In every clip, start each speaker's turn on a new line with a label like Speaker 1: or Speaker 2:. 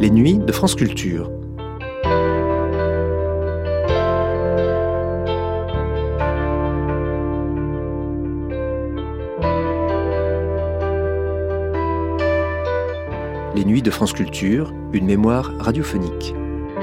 Speaker 1: Les nuits de France Culture. Les nuits de France Culture, une mémoire radiophonique.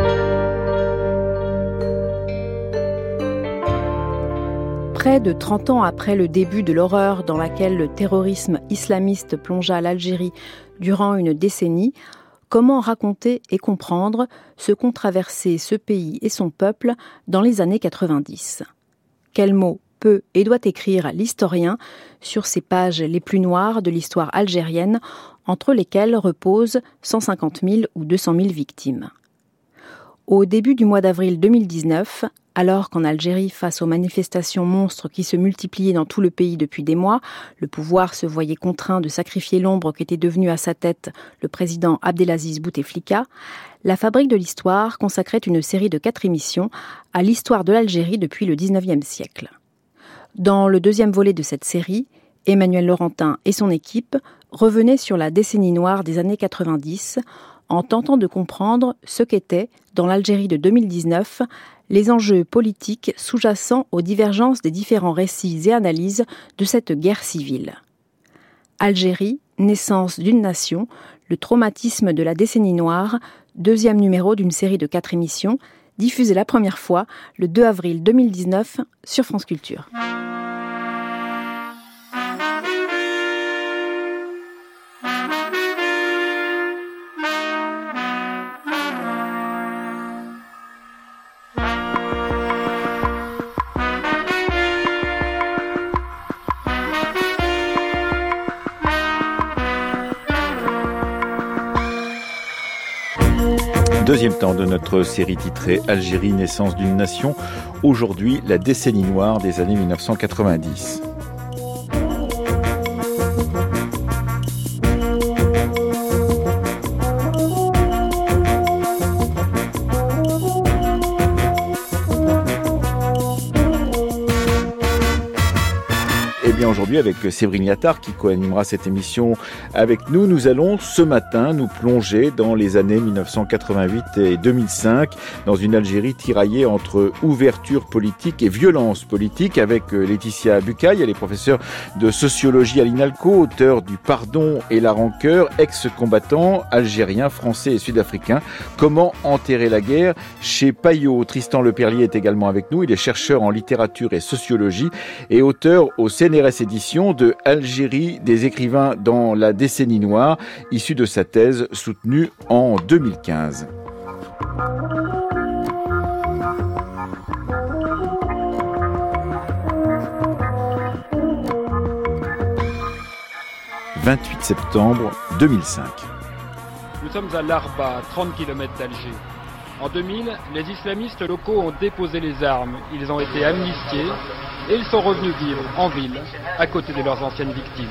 Speaker 2: Près de 30 ans après le début de l'horreur dans laquelle le terrorisme islamiste plongea l'Algérie durant une décennie, comment raconter et comprendre ce qu'ont traversé ce pays et son peuple dans les années 90 ? Quels mots peut et doit écrire l'historien sur ces pages les plus noires de l'histoire algérienne, entre lesquelles reposent 150 000 ou 200 000 victimes ? Au début du mois d'avril 2019, alors qu'en Algérie, face aux manifestations monstres qui se multipliaient dans tout le pays depuis des mois, le pouvoir se voyait contraint de sacrifier l'ombre qu'était devenu à sa tête le président Abdelaziz Bouteflika, la Fabrique de l'Histoire consacrait une série de 4 émissions à l'histoire de l'Algérie depuis le XIXe siècle. Dans le deuxième volet de cette série, Emmanuel Laurentin et son équipe revenaient sur la décennie noire des années 90 en tentant de comprendre ce qu'étaient, dans l'Algérie de 2019, les enjeux politiques sous-jacents aux divergences des différents récits et analyses de cette guerre civile. Algérie, naissance d'une nation, le traumatisme de la décennie noire, deuxième numéro d'une série de 4 émissions, diffusée la première fois le 2 avril 2019 sur France Culture.
Speaker 3: Deuxième temps de notre série titrée Algérie, naissance d'une nation. Aujourd'hui, la décennie noire des années 1990. Aujourd'hui, avec Séverine Yattard qui co-animera cette émission avec nous, nous allons ce matin nous plonger dans les années 1988 et 2005 dans une Algérie tiraillée entre ouverture politique et violence politique avec Laetitia Bucaille. Elle est professeure de sociologie à l'INALCO, auteure du Pardon et la rancœur, ex-combattant algérien, français et sud-africain. Comment enterrer la guerre chez Payot. Tristan Leperlier est également avec nous. Il est chercheur en littérature et sociologie et auteur au CNRS édition de Algérie des écrivains dans la décennie noire, issue de sa thèse soutenue en 2015. « 28 septembre 2005.
Speaker 4: Nous sommes à Larba, 30 km d'Alger. En 2000, les islamistes locaux ont déposé les armes. Ils ont été amnistiés et ils sont revenus vivre en ville, à côté de leurs anciennes victimes.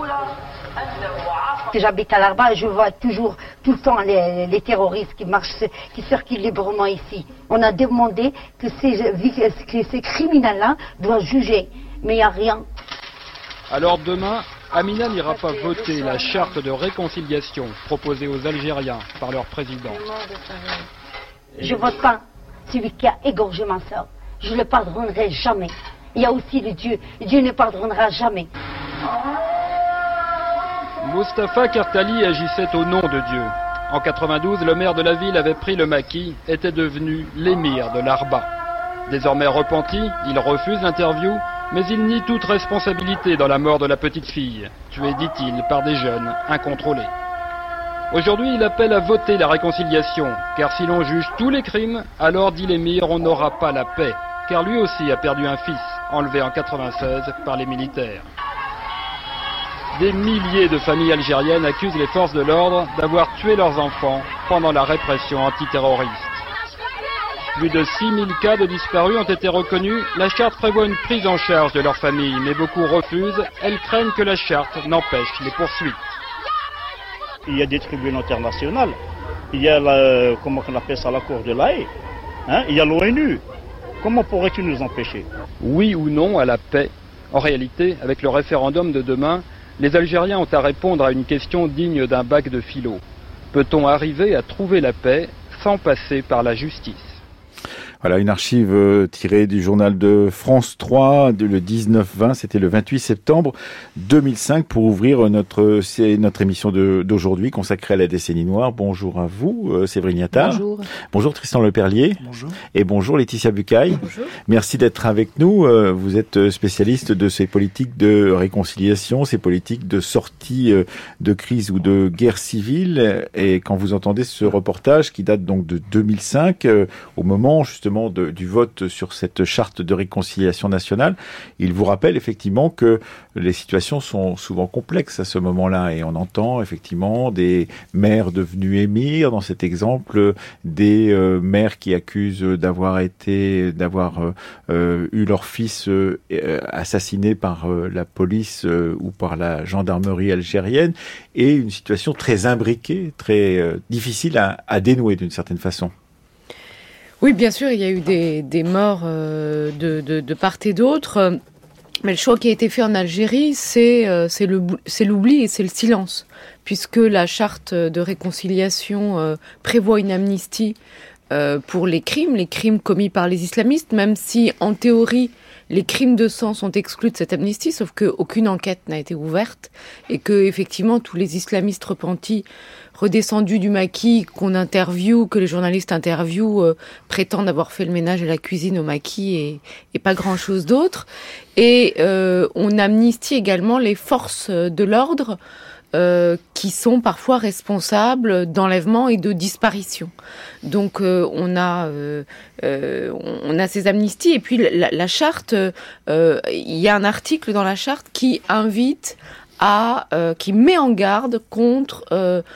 Speaker 5: J'habite à Larba et je vois tout le temps les terroristes qui circulent librement ici. On a demandé que ces criminels-là doivent juger, mais il n'y a rien.
Speaker 4: Alors demain, Amina n'ira pas voter la charte de réconciliation proposée aux Algériens par leur président.
Speaker 5: Je vote pas celui qui a égorgé ma soeur. Je ne le pardonnerai jamais. Il y a aussi le Dieu. Dieu ne pardonnera jamais.
Speaker 4: Mustapha Kartali agissait au nom de Dieu. En 92, le maire de la ville avait pris le maquis, était devenu l'émir de Larba. Désormais repenti, il refuse l'interview, mais il nie toute responsabilité dans la mort de la petite fille, tuée, dit-il, par des jeunes incontrôlés. Aujourd'hui, il appelle à voter la réconciliation, car si l'on juge tous les crimes, alors, dit l'émir, on n'aura pas la paix, car lui aussi a perdu un fils, enlevé en 96 par les militaires. Des milliers de familles algériennes accusent les forces de l'ordre d'avoir tué leurs enfants pendant la répression antiterroriste. Plus de 6000 cas de disparus ont été reconnus. La charte prévoit une prise en charge de leurs familles, mais beaucoup refusent. Elles craignent que la charte n'empêche les poursuites.
Speaker 6: Il y a des tribunaux internationaux. Il y a comment on appelle ça, la Cour de la Haye. Il y a l'ONU. Comment pourrais-tu nous empêcher ?
Speaker 4: Oui ou non à la paix ? En réalité, avec le référendum de demain, les Algériens ont à répondre à une question digne d'un bac de philo. Peut-on arriver à trouver la paix sans passer par la justice ?
Speaker 3: Voilà, une archive tirée du journal de France 3, le 19-20, c'était le 28 septembre 2005, pour ouvrir notre émission d'aujourd'hui consacrée à la décennie noire. Bonjour à vous, Séverine Attard.
Speaker 2: Bonjour.
Speaker 3: Bonjour Tristan Leperlier.
Speaker 7: Bonjour.
Speaker 3: Et bonjour Laetitia Bucaille.
Speaker 2: Bonjour.
Speaker 3: Merci d'être avec nous. Vous êtes spécialiste de ces politiques de réconciliation, ces politiques de sortie de crise ou de guerre civile. Et quand vous entendez ce reportage qui date donc de 2005, au moment justement du vote sur cette charte de réconciliation nationale, il vous rappelle effectivement que les situations sont souvent complexes à ce moment-là, et on entend effectivement des maires devenus émirs, dans cet exemple, des maires qui accusent d'avoir eu leur fils assassiné par la police ou par la gendarmerie algérienne, et une situation très imbriquée, très difficile à dénouer d'une certaine façon.
Speaker 8: Oui, bien sûr, il y a eu des morts de part et d'autre. Mais le choix qui a été fait en Algérie, c'est l'oubli et c'est le silence. Puisque la charte de réconciliation prévoit une amnistie pour les crimes commis par les islamistes, même si, en théorie, les crimes de sang sont exclus de cette amnistie, sauf qu'aucune enquête n'a été ouverte et que, effectivement, tous les islamistes repentis redescendus du maquis que les journalistes interviewent, prétendent avoir fait le ménage et la cuisine au maquis et pas grand-chose d'autre. Et on amnistie également les forces de l'ordre qui sont parfois responsables d'enlèvements et de disparitions. Donc on a ces amnisties, et puis la charte, il y a un article dans la charte qui invite qui met en garde contre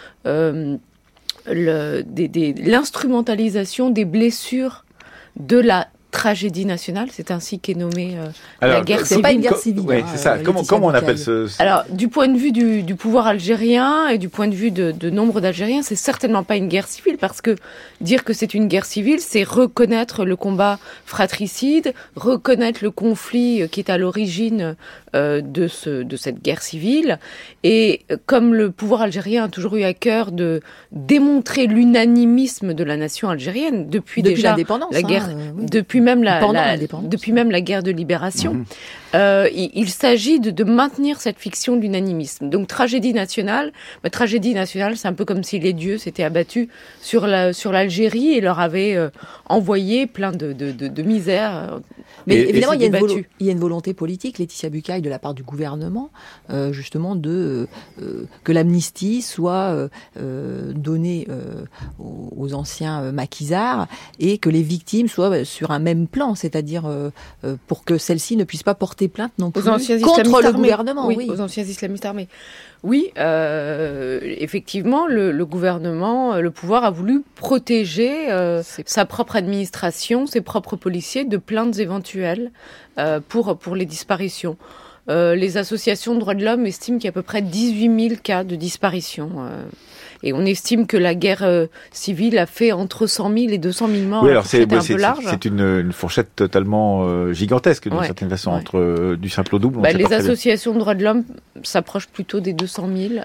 Speaker 8: l'instrumentalisation des blessures de la tragédie nationale, c'est ainsi qu'est nommée la guerre civile.
Speaker 2: C'est pas une guerre civile.
Speaker 3: Oui, c'est ça. Comment on appelle ce...
Speaker 8: Alors, du point de vue du pouvoir algérien et du point de vue de nombre d'Algériens, c'est certainement pas une guerre civile, parce que dire que c'est une guerre civile, c'est reconnaître le combat fratricide, reconnaître le conflit qui est à l'origine de cette guerre civile. Et comme le pouvoir algérien a toujours eu à cœur de démontrer l'unanimisme de la nation algérienne depuis déjà
Speaker 2: l'indépendance,
Speaker 8: la guerre,
Speaker 2: oui.
Speaker 8: depuis même la guerre de libération, il s'agit de maintenir cette fiction de l'unanimisme. Donc tragédie nationale, c'est un peu comme si les dieux s'étaient abattus sur l'Algérie et leur avaient envoyé plein de misère.
Speaker 2: Mais évidemment, il y a une volonté politique, Laetitia Bucaille, de la part du gouvernement, justement, que l'amnistie soit donnée aux anciens maquisards et que les victimes soient sur un même plan, c'est-à-dire pour que celles-ci ne puissent pas porter plainte non plus contre le gouvernement.
Speaker 8: Oui, aux anciens islamistes armés. Oui, effectivement, le gouvernement, le pouvoir a voulu protéger sa propre administration, ses propres policiers de plaintes éventuelles pour les disparitions. Les associations de droits de l'homme estiment qu'il y a à peu près 18 000 cas de disparition. Et on estime que la guerre civile a fait entre 100 000 et 200 000 morts.
Speaker 3: Oui, alors c'est
Speaker 8: large.
Speaker 3: C'est une fourchette totalement gigantesque, d'une certaine façon, entre du simple au double.
Speaker 8: Les associations de droits de l'homme s'approchent plutôt des 200 000.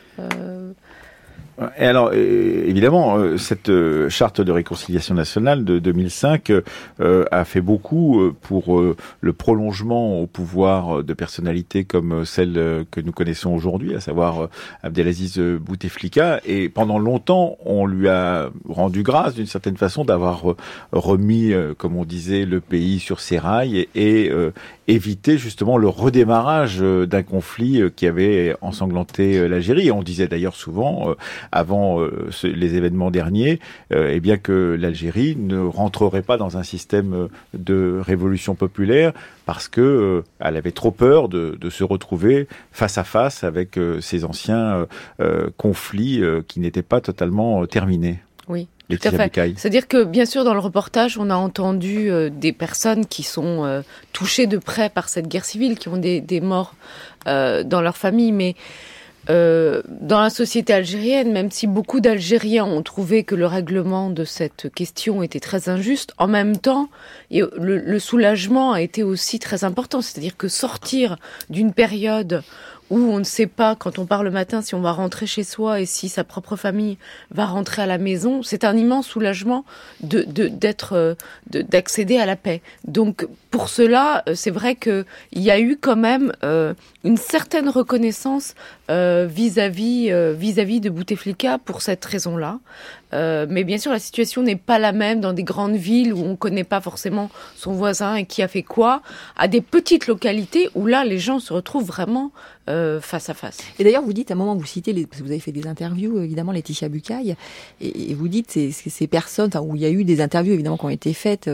Speaker 3: Et alors, évidemment, cette charte de réconciliation nationale de 2005 a fait beaucoup pour le prolongement au pouvoir de personnalités comme celle que nous connaissons aujourd'hui, à savoir Abdelaziz Bouteflika. Et pendant longtemps, on lui a rendu grâce, d'une certaine façon, d'avoir remis, comme on disait, le pays sur ses rails et éviter justement le redémarrage d'un conflit qui avait ensanglanté l'Algérie. Et on disait d'ailleurs souvent, avant les événements derniers, eh bien que l'Algérie ne rentrerait pas dans un système de révolution populaire parce que elle avait trop peur de se retrouver face à face avec ces anciens conflits qui n'étaient pas totalement terminés.
Speaker 8: Oui. Tout à fait. C'est-à-dire que, bien sûr, dans le reportage, on a entendu des personnes qui sont touchées de près par cette guerre civile, qui ont des morts dans leur famille, mais dans la société algérienne, même si beaucoup d'Algériens ont trouvé que le règlement de cette question était très injuste, en même temps, le soulagement a été aussi très important. C'est-à-dire que sortir d'une période où on ne sait pas, quand on part le matin, si on va rentrer chez soi et si sa propre famille va rentrer à la maison, c'est un immense soulagement d'accéder à la paix. Donc, pour cela, c'est vrai qu'il y a eu quand même une certaine reconnaissance vis-à-vis de Bouteflika pour cette raison-là. Mais bien sûr, la situation n'est pas la même dans des grandes villes où on ne connaît pas forcément son voisin et qui a fait quoi, à des petites localités où là, les gens se retrouvent vraiment face à face.
Speaker 7: Et d'ailleurs, vous dites, à un moment, vous citez, parce que vous avez fait des interviews, évidemment, Laetitia Bucaille, et vous dites, ces personnes, où il y a eu des interviews, évidemment, qui ont été faites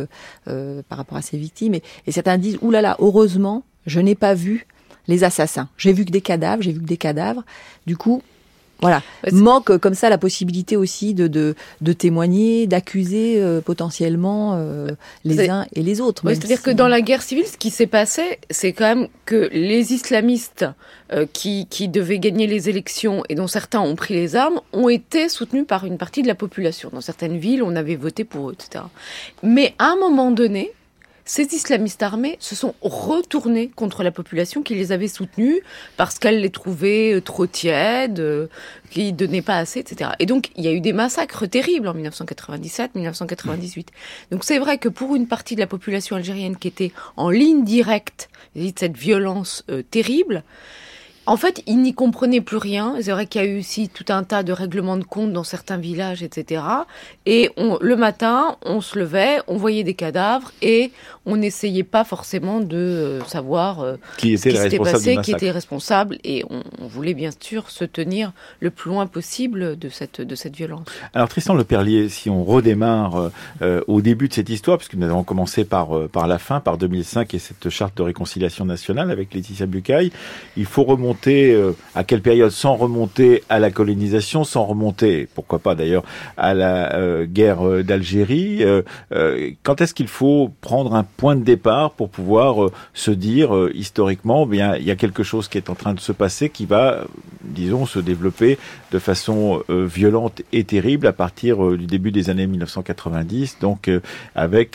Speaker 7: par rapport à ces victimes, et certains disent, oulala, heureusement, je n'ai pas vu les assassins. J'ai vu que des cadavres. Du coup, voilà. Manque comme ça la possibilité aussi de témoigner, d'accuser potentiellement les uns et les autres.
Speaker 8: Oui, c'est-à-dire que dans la guerre civile, ce qui s'est passé, c'est quand même que les islamistes qui devaient gagner les élections et dont certains ont pris les armes ont été soutenus par une partie de la population. Dans certaines villes, on avait voté pour eux, etc. Mais à un moment donné, ces islamistes armés se sont retournés contre la population qui les avait soutenus parce qu'elle les trouvait trop tièdes, qui donnaient pas assez, etc. Et donc, il y a eu des massacres terribles en 1997, 1998. Donc, c'est vrai que pour une partie de la population algérienne qui était en ligne directe de cette violence terrible, en fait, ils n'y comprenaient plus rien. C'est vrai qu'il y a eu aussi tout un tas de règlements de compte dans certains villages, etc. Et le matin, on se levait, on voyait des cadavres et on n'essayait pas forcément de savoir
Speaker 3: qui s'était passé,
Speaker 8: qui était responsable. Et on voulait bien sûr se tenir le plus loin possible de cette violence.
Speaker 3: Alors Tristan Leperlier, si on redémarre au début de cette histoire, puisque nous avons commencé par la fin, par 2005 et cette charte de réconciliation nationale avec Laetitia Bucaille, il faut remonter à quelle période, sans remonter à la colonisation, sans remonter, pourquoi pas d'ailleurs, à la guerre d'Algérie. Quand est-ce qu'il faut prendre un point de départ pour pouvoir se dire, historiquement, bien, il y a quelque chose qui est en train de se passer qui va, disons, se développer de façon violente et terrible à partir du début des années 1990, donc avec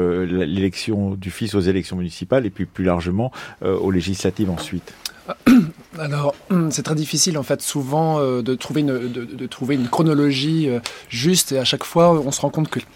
Speaker 3: l'élection du fils aux élections municipales et puis plus largement aux législatives ensuite.
Speaker 9: Alors, c'est très difficile en fait souvent de trouver une chronologie juste, et à chaque fois on se rend compte que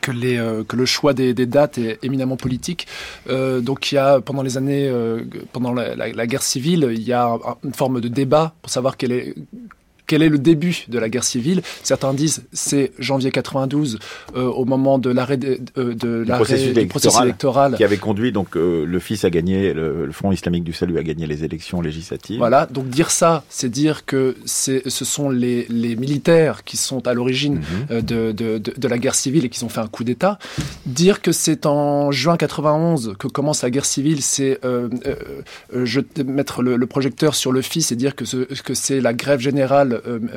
Speaker 9: le choix des dates est éminemment politique. Donc il y a pendant les années, pendant la guerre civile, il y a une forme de débat pour savoir quel est le début de la guerre civile. Certains disent c'est janvier 92, au moment de l'arrêt du processus électoral
Speaker 3: qui avait conduit donc le FIS à gagner, le Front islamique du salut a gagné les élections législatives.
Speaker 9: Voilà, donc dire ça, c'est dire que ce sont les militaires qui sont à l'origine de la guerre civile et qui ont fait un coup d'État. Dire que c'est en juin 91 que commence la guerre civile, c'est mettre le projecteur sur le FIS et dire que c'est la grève générale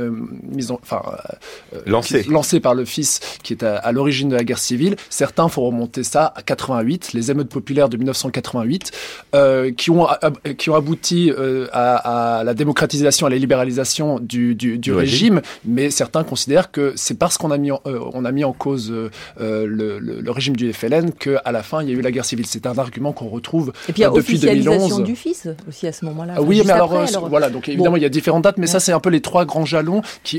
Speaker 9: lancée par le FIS qui est à l'origine de la guerre civile. Certains font remonter ça à 88, les émeutes populaires de 1988, qui ont abouti à la démocratisation, à la libéralisation du régime, mais certains considèrent que c'est parce qu'on a mis en cause le régime du FLN qu'à la fin il y a eu la guerre civile. C'est un argument qu'on retrouve depuis 2011. Et puis il y a officialisation
Speaker 7: du FIS aussi à ce moment-là.
Speaker 9: Oui, mais alors voilà, donc évidemment il y a différentes dates, mais ça c'est un peu les trois grands jalons qui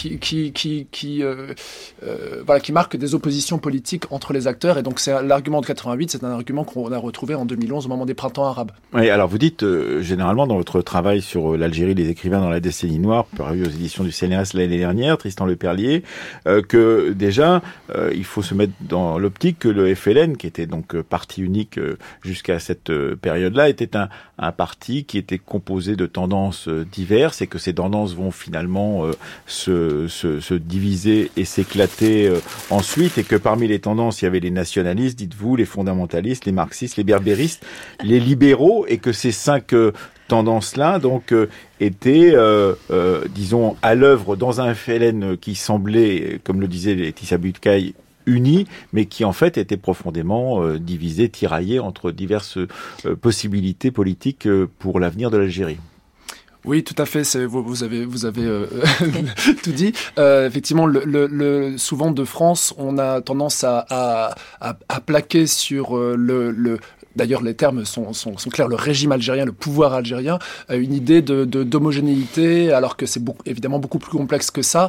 Speaker 9: marquent des oppositions politiques entre les acteurs. Et donc c'est l'argument de 88, c'est un argument qu'on a retrouvé en 2011 au moment des printemps arabes.
Speaker 3: Oui, alors vous dites généralement dans votre travail sur l'Algérie, les écrivains dans la décennie noire, paru aux éditions du CNRS l'année dernière, Tristan Leperlier, que déjà il faut se mettre dans l'optique que le FLN, qui était donc parti unique jusqu'à cette période-là, était un parti qui était composé de tendances diverses et que ces tendances vont finalement se diviser et s'éclater ensuite, et que parmi les tendances, il y avait les nationalistes, dites-vous, les fondamentalistes, les marxistes, les berbéristes, les libéraux, et que ces cinq tendances-là donc étaient, disons, à l'œuvre dans un FLN qui semblait, comme le disait Laetitia Bucaille, unis, mais qui en fait étaient profondément divisés, tiraillés entre diverses possibilités politiques pour l'avenir de l'Algérie.
Speaker 9: Oui, tout à fait. Vous avez tout dit. Effectivement, souvent de France, on a tendance à plaquer sur d'ailleurs les termes sont clairs, le régime algérien, le pouvoir algérien, une idée d'homogénéité, alors que c'est évidemment beaucoup plus complexe que ça.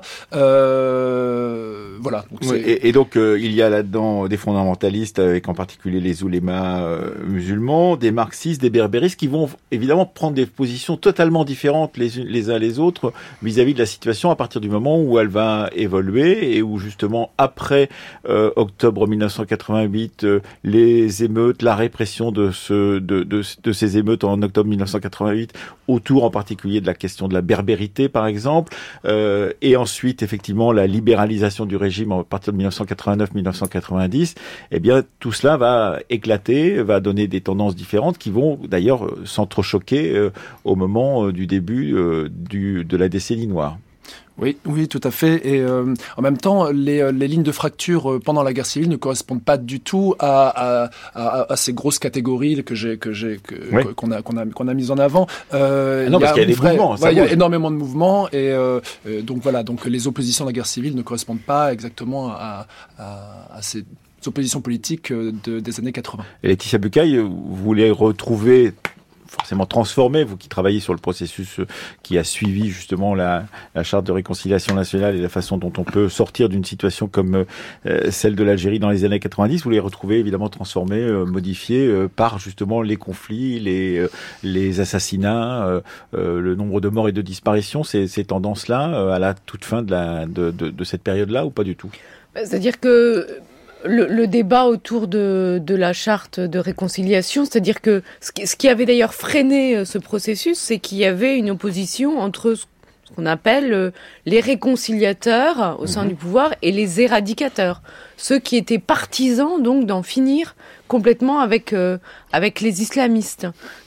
Speaker 9: Voilà. Donc
Speaker 3: donc il y a là-dedans des fondamentalistes, avec en particulier les oulémas musulmans, des marxistes, des berbéristes, qui vont évidemment prendre des positions totalement différentes les uns les autres vis-à-vis de la situation à partir du moment où elle va évoluer et où justement après octobre 1988, les émeutes, la répression de ces émeutes en octobre 1988, autour en particulier de la question de la berbérité par exemple, et ensuite effectivement la libéralisation du régime à partir de 1989-1990, eh bien tout cela va éclater, va donner des tendances différentes qui vont d'ailleurs s'entrechoquer au moment du début de la décennie noire.
Speaker 9: Oui, tout à fait. Et en même temps, les lignes de fracture pendant la guerre civile ne correspondent pas du tout à ces grosses catégories qu'on a mises en avant.
Speaker 3: Non, parce qu'il y a des mouvements.
Speaker 9: Il y a énormément de mouvements et donc voilà. Donc les oppositions à la guerre civile ne correspondent pas exactement à ces oppositions politiques des années 80.
Speaker 3: Et Laetitia Bucaille, vous les retrouvez forcément transformé, vous qui travaillez sur le processus qui a suivi justement la charte de réconciliation nationale et la façon dont on peut sortir d'une situation comme celle de l'Algérie dans les années 90, vous les retrouvez évidemment transformés, modifiés par justement les conflits, les assassinats, le nombre de morts et de disparitions, ces tendances-là à la toute fin de cette période-là ou pas du tout?
Speaker 8: C'est-à-dire que le débat autour de la charte de réconciliation, c'est-à-dire que ce qui avait d'ailleurs freiné ce processus, c'est qu'il y avait une opposition entre ce qu'on appelle les réconciliateurs au sein du pouvoir et les éradicateurs, ceux qui étaient partisans donc d'en finir complètement avec les islamistes,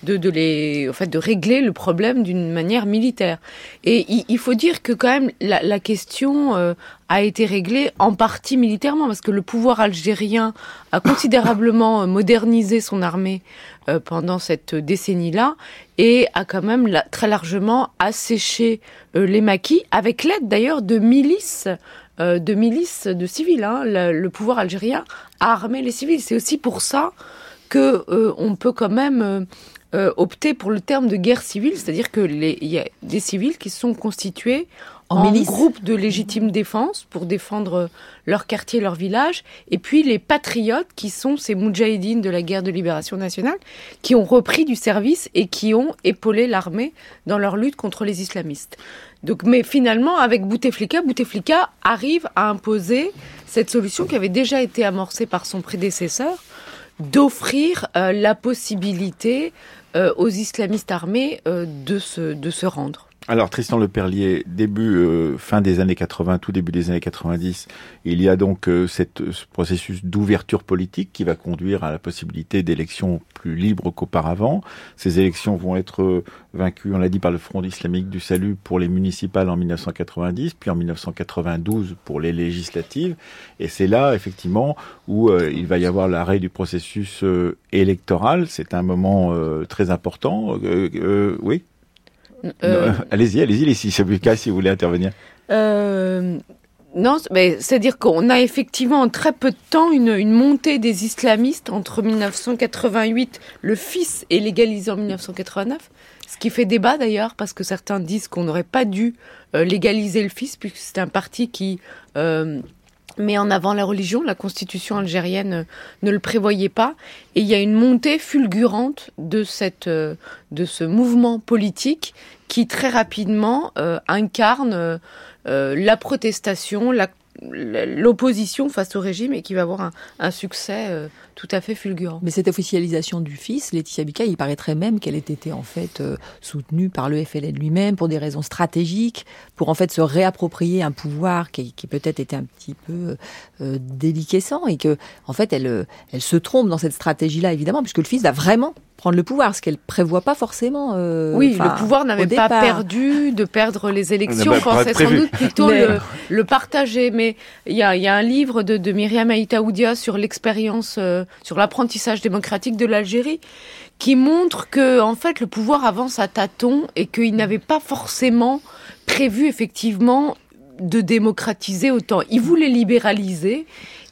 Speaker 8: de régler le problème d'une manière militaire. Et il faut dire que quand même la question a été réglée en partie militairement, parce que le pouvoir algérien a considérablement modernisé son armée pendant cette décennie-là et a quand même très largement asséché les maquis, avec l'aide d'ailleurs de milices de civils. Le pouvoir algérien a armé les civils. C'est aussi pour ça que on peut quand même opter pour le terme de guerre civile, c'est-à-dire que il y a des civils qui se sont constitués en groupe de légitime défense pour défendre leur quartier, leur village, et puis les patriotes qui sont ces moudjahidines de la guerre de libération nationale qui ont repris du service et qui ont épaulé l'armée dans leur lutte contre les islamistes. Donc, mais finalement, avec Bouteflika arrive à imposer cette solution qui avait déjà été amorcée par son prédécesseur, d'offrir la possibilité aux islamistes armés de se rendre.
Speaker 3: Alors Tristan Leperlier, fin des années 80, tout début des années 90, il y a donc ce processus d'ouverture politique qui va conduire à la possibilité d'élections plus libres qu'auparavant. Ces élections vont être vaincues, on l'a dit, par le Front islamique du salut pour les municipales en 1990, puis en 1992 pour les législatives. Et c'est là, effectivement, où il va y avoir l'arrêt du processus électoral. C'est un moment très important. Oui. Allez-y, Laetitia Bucaille, si vous voulez intervenir.
Speaker 8: Non, mais c'est-à-dire qu'on a effectivement en très peu de temps une montée des islamistes entre 1988, le FIS est légalisé en 1989, ce qui fait débat d'ailleurs, parce que certains disent qu'on n'aurait pas dû légaliser le FIS, puisque c'est un parti qui met en avant la religion. La constitution algérienne ne le prévoyait pas. Et il y a une montée fulgurante de ce mouvement politique qui très rapidement incarne la protestation, l'opposition face au régime et qui va avoir un succès tout à fait fulgurant.
Speaker 7: Mais cette officialisation du FIS, Laetitia Bucaille, il paraîtrait même qu'elle ait été en fait soutenue par le FLN lui-même pour des raisons stratégiques, pour en fait se réapproprier un pouvoir qui peut-être était un petit peu déliquescent et que en fait elle se trompe dans cette stratégie-là évidemment, puisque le FIS va vraiment prendre le pouvoir, ce qu'elle prévoit pas forcément.
Speaker 8: Le pouvoir n'avait pas perdu de perdre les élections, pensait sans doute plutôt le partager. Mais il y a un livre de Myriam Aïtaoudia sur l'expérience, sur l'apprentissage démocratique de l'Algérie, qui montre que en fait le pouvoir avance à tâtons et qu'il n'avait pas forcément prévu effectivement de démocratiser autant. Il voulait libéraliser.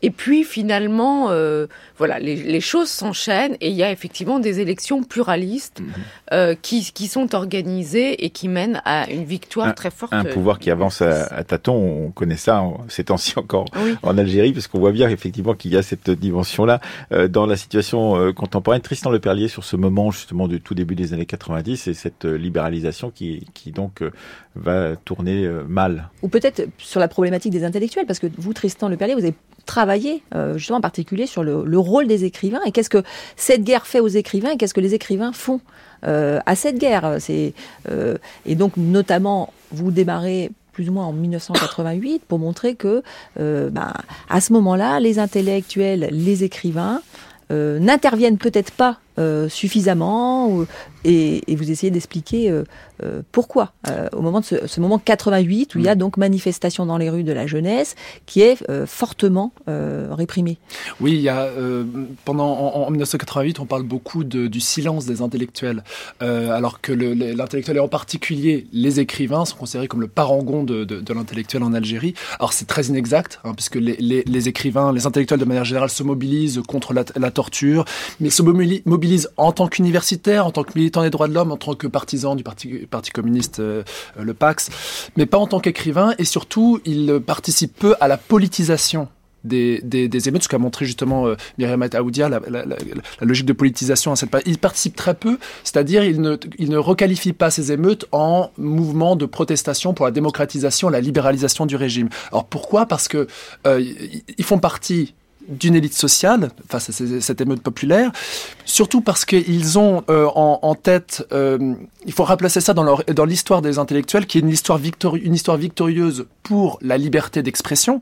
Speaker 8: Et puis finalement, voilà, les choses s'enchaînent et il y a effectivement des élections pluralistes qui sont organisées et qui mènent à une victoire très forte.
Speaker 3: Un pouvoir qui avance à tâtons, on connaît ça ces temps-ci encore en Algérie, parce qu'on voit bien effectivement qu'il y a cette dimension-là dans la situation contemporaine. Tristan Leperlier, sur ce moment justement du tout début des années 90 et cette libéralisation qui donc va tourner mal.
Speaker 7: Ou peut-être sur la problématique des intellectuels, parce que vous, Tristan Leperlier, vous avez travaillé justement en particulier sur le rôle des écrivains et qu'est-ce que cette guerre fait aux écrivains et qu'est-ce que les écrivains font à cette guerre. Et donc notamment, vous démarrez plus ou moins en 1988 pour montrer que à ce moment-là, les intellectuels, les écrivains n'interviennent peut-être pas suffisamment et vous essayez d'expliquer pourquoi au moment de ce moment 88 où il y a donc manifestation dans les rues de la jeunesse qui est fortement réprimée.
Speaker 9: Oui, il y a en 1988 on parle beaucoup du silence des intellectuels alors que l'intellectuel et en particulier les écrivains sont considérés comme le parangon de l'intellectuel en Algérie. Alors c'est très inexact puisque les écrivains, les intellectuels de manière générale se mobilisent contre la torture, mais se mobilisent en tant qu'universitaires, en tant que militants des droits de l'homme, en tant que partisans du Parti communiste, le PAX, mais pas en tant qu'écrivains, et surtout, ils participent peu à la politisation des émeutes, ce qu'a montré justement Myriam Aoudia, la logique de politisation à cette période. Ils participent très peu, c'est-à-dire ils ne requalifient pas ces émeutes en mouvement de protestation pour la démocratisation, la libéralisation du régime. Alors pourquoi ? Parce que ils font partie d'une élite sociale face à cette émeute populaire, surtout parce qu'ils ont en tête, il faut replacer ça dans l'histoire des intellectuels, qui est une histoire victorieuse pour la liberté d'expression.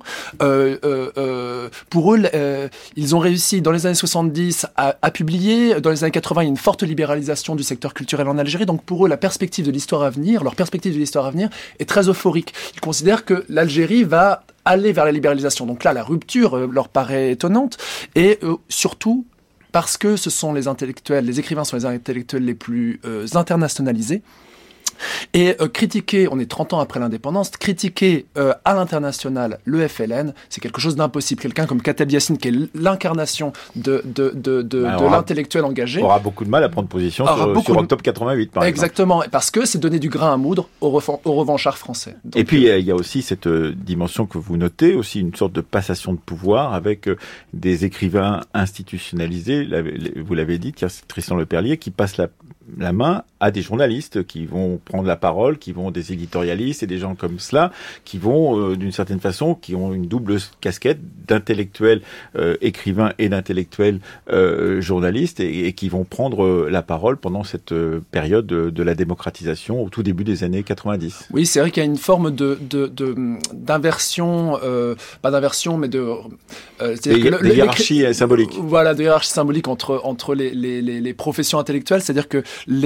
Speaker 9: Pour eux, ils ont réussi dans les années 70 à publier. Dans les années 80, il y a une forte libéralisation du secteur culturel en Algérie. Donc pour eux, leur perspective de l'histoire à venir est très euphorique. Ils considèrent que l'Algérie va aller vers la libéralisation. Donc là, la rupture leur paraît étonnante. Et surtout, parce que ce sont les intellectuels, les écrivains sont les intellectuels les plus internationalisés. Et critiquer, on est 30 ans après l'indépendance, critiquer à l'international le FLN, c'est quelque chose d'impossible. Quelqu'un comme Kateb Yassine, qui est l'incarnation de l'intellectuel engagé,
Speaker 3: aura beaucoup de mal à prendre position sur Octobre 88, par exemple.
Speaker 9: Exactement, parce que c'est donner du grain à moudre aux revanchards français. Donc,
Speaker 3: et puis il y a aussi cette dimension que vous notez, aussi une sorte de passation de pouvoir avec des écrivains institutionnalisés, vous l'avez dit, Tristan Leperlier, qui passe la main à des journalistes qui vont prendre la parole, qui vont des éditorialistes et des gens comme cela, qui vont d'une certaine façon, qui ont une double casquette d'intellectuels écrivains et d'intellectuels journalistes et qui vont prendre la parole pendant cette période de la démocratisation au tout début des années 90.
Speaker 9: Oui, c'est vrai qu'il y a une forme d'inversion, pas d'inversion, mais de
Speaker 3: hiérarchie symbolique.
Speaker 9: Voilà, de hiérarchie symbolique entre les professions intellectuelles, c'est-à-dire que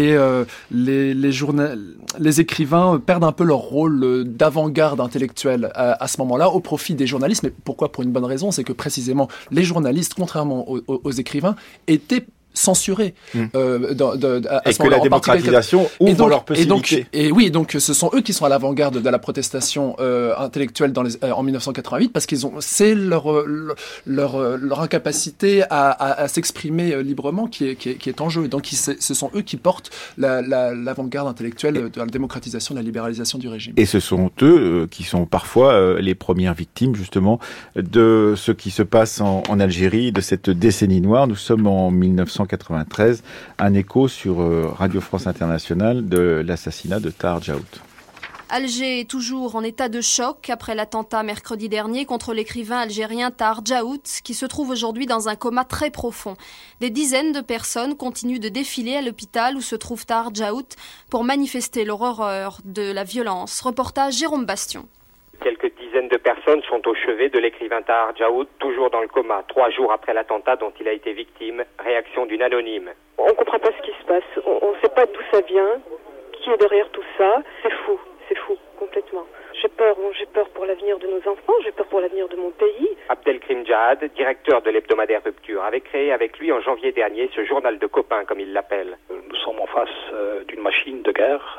Speaker 9: les écrivains perdent un peu leur rôle d'avant-garde intellectuelle à ce moment-là au profit des journalistes. Mais pourquoi ? Pour une bonne raison, c'est que précisément les journalistes, contrairement aux écrivains, étaient censurés
Speaker 3: et que la démocratisation ouvre leurs possibilités.
Speaker 9: Donc ce sont eux qui sont à l'avant-garde de la protestation intellectuelle en 1988 parce c'est leur incapacité à s'exprimer librement qui est en jeu. Donc ce sont eux qui portent l'avant-garde intellectuelle de la démocratisation, de la libéralisation du régime.
Speaker 3: Et ce sont eux qui sont parfois les premières victimes justement de ce qui se passe en Algérie, de cette décennie noire. Nous sommes en 1993, un écho sur Radio France Internationale de l'assassinat de Tahar Djaout.
Speaker 10: Alger est toujours en état de choc après l'attentat mercredi dernier contre l'écrivain algérien Tahar Djaout, qui se trouve aujourd'hui dans un coma très profond. Des dizaines de personnes continuent de défiler à l'hôpital où se trouve Tahar Djaout pour manifester leur horreur de la violence. Reportage Jérôme Bastion.
Speaker 11: Quelques dizaines de personnes sont au chevet de l'écrivain Tahar Djaout, toujours dans le coma, 3 jours après l'attentat dont il a été victime. Réaction d'une anonyme.
Speaker 12: On ne comprend pas ce qui se passe. On ne sait pas d'où ça vient, qui est derrière tout ça. C'est fou, complètement. J'ai peur pour l'avenir de nos enfants, j'ai peur pour l'avenir de mon pays.
Speaker 11: Abdelkrim Djahad, directeur de l'hebdomadaire Rupture, avait créé avec lui en janvier dernier ce journal de copains, comme il l'appelle.
Speaker 13: Nous sommes en face d'une machine de guerre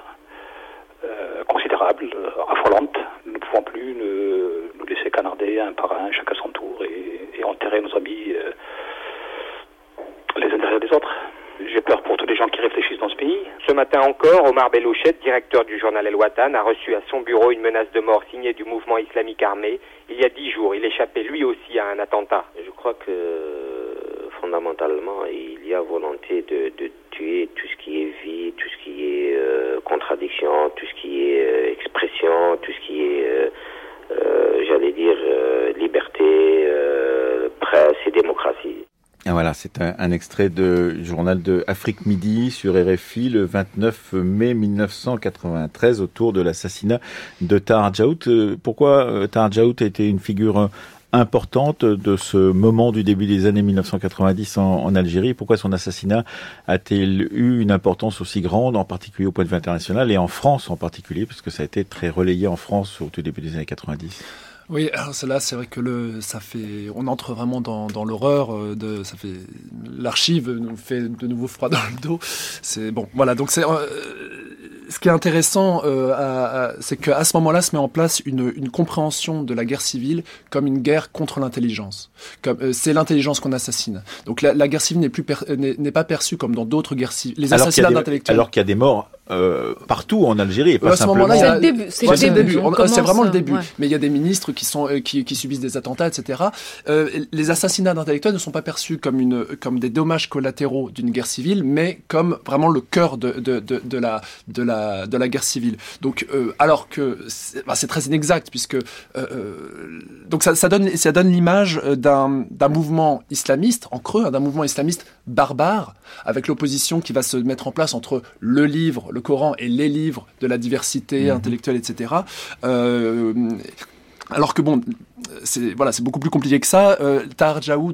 Speaker 13: considérable, affolante. Nous ne pouvons plus nous laisser canarder un par un, chacun son tour, et et enterrer nos amis les uns derrière les autres. J'ai peur pour tous les gens qui réfléchissent dans ce pays.
Speaker 11: Ce matin encore, Omar Belouchet, directeur du journal El Watan, a reçu à son bureau une menace de mort signée du mouvement islamique armé. Il y a 10 jours, il échappait lui aussi à un attentat.
Speaker 14: Je crois que fondamentalement, il y a volonté de tuer tout ce qui est vie, tout ce qui est contradiction, tout ce qui est expression, tout ce qui est, liberté, presse et démocratie.
Speaker 3: Et voilà, c'est un extrait du journal de Afrique Midi sur RFI le 29 mai 1993 autour de l'assassinat de Tahar Djaout. Pourquoi Tahar Djaout a été une figure importante de ce moment du début des années 1990 en Algérie? Pourquoi son assassinat a-t-il eu une importance aussi grande, en particulier au point de vue international et en France en particulier, parce que ça a été très relayé en France au tout début des années 90?
Speaker 9: Oui, alors cela, c'est vrai que on entre vraiment dans l'horreur l'archive nous fait de nouveau froid dans le dos. C'est bon, voilà. Donc ce qui est intéressant, c'est qu'à ce moment-là se met en place une compréhension de la guerre civile comme une guerre contre l'intelligence. C'est l'intelligence qu'on assassine. Donc la guerre civile n'est pas perçue comme dans d'autres guerres civiles. Les assassinats d'intellectuels.
Speaker 3: Alors qu'il y a des morts partout en Algérie et pas
Speaker 9: à ce moment-là,
Speaker 8: c'est le début.
Speaker 9: C'est vraiment le début. Ouais. Mais il y a des ministres qui subissent des attentats, etc. Les assassinats d'intellectuels ne sont pas perçus comme des dommages collatéraux d'une guerre civile, mais comme vraiment le cœur de la guerre civile. Donc, alors que c'est très inexact puisque donc ça donne l'image d'un mouvement islamiste en creux, d'un mouvement islamiste barbare, avec l'opposition qui va se mettre en place entre le livre, le Coran et les livres de la diversité intellectuelle, etc. Alors que bon, c'est beaucoup plus compliqué que ça. Tahar Djaout,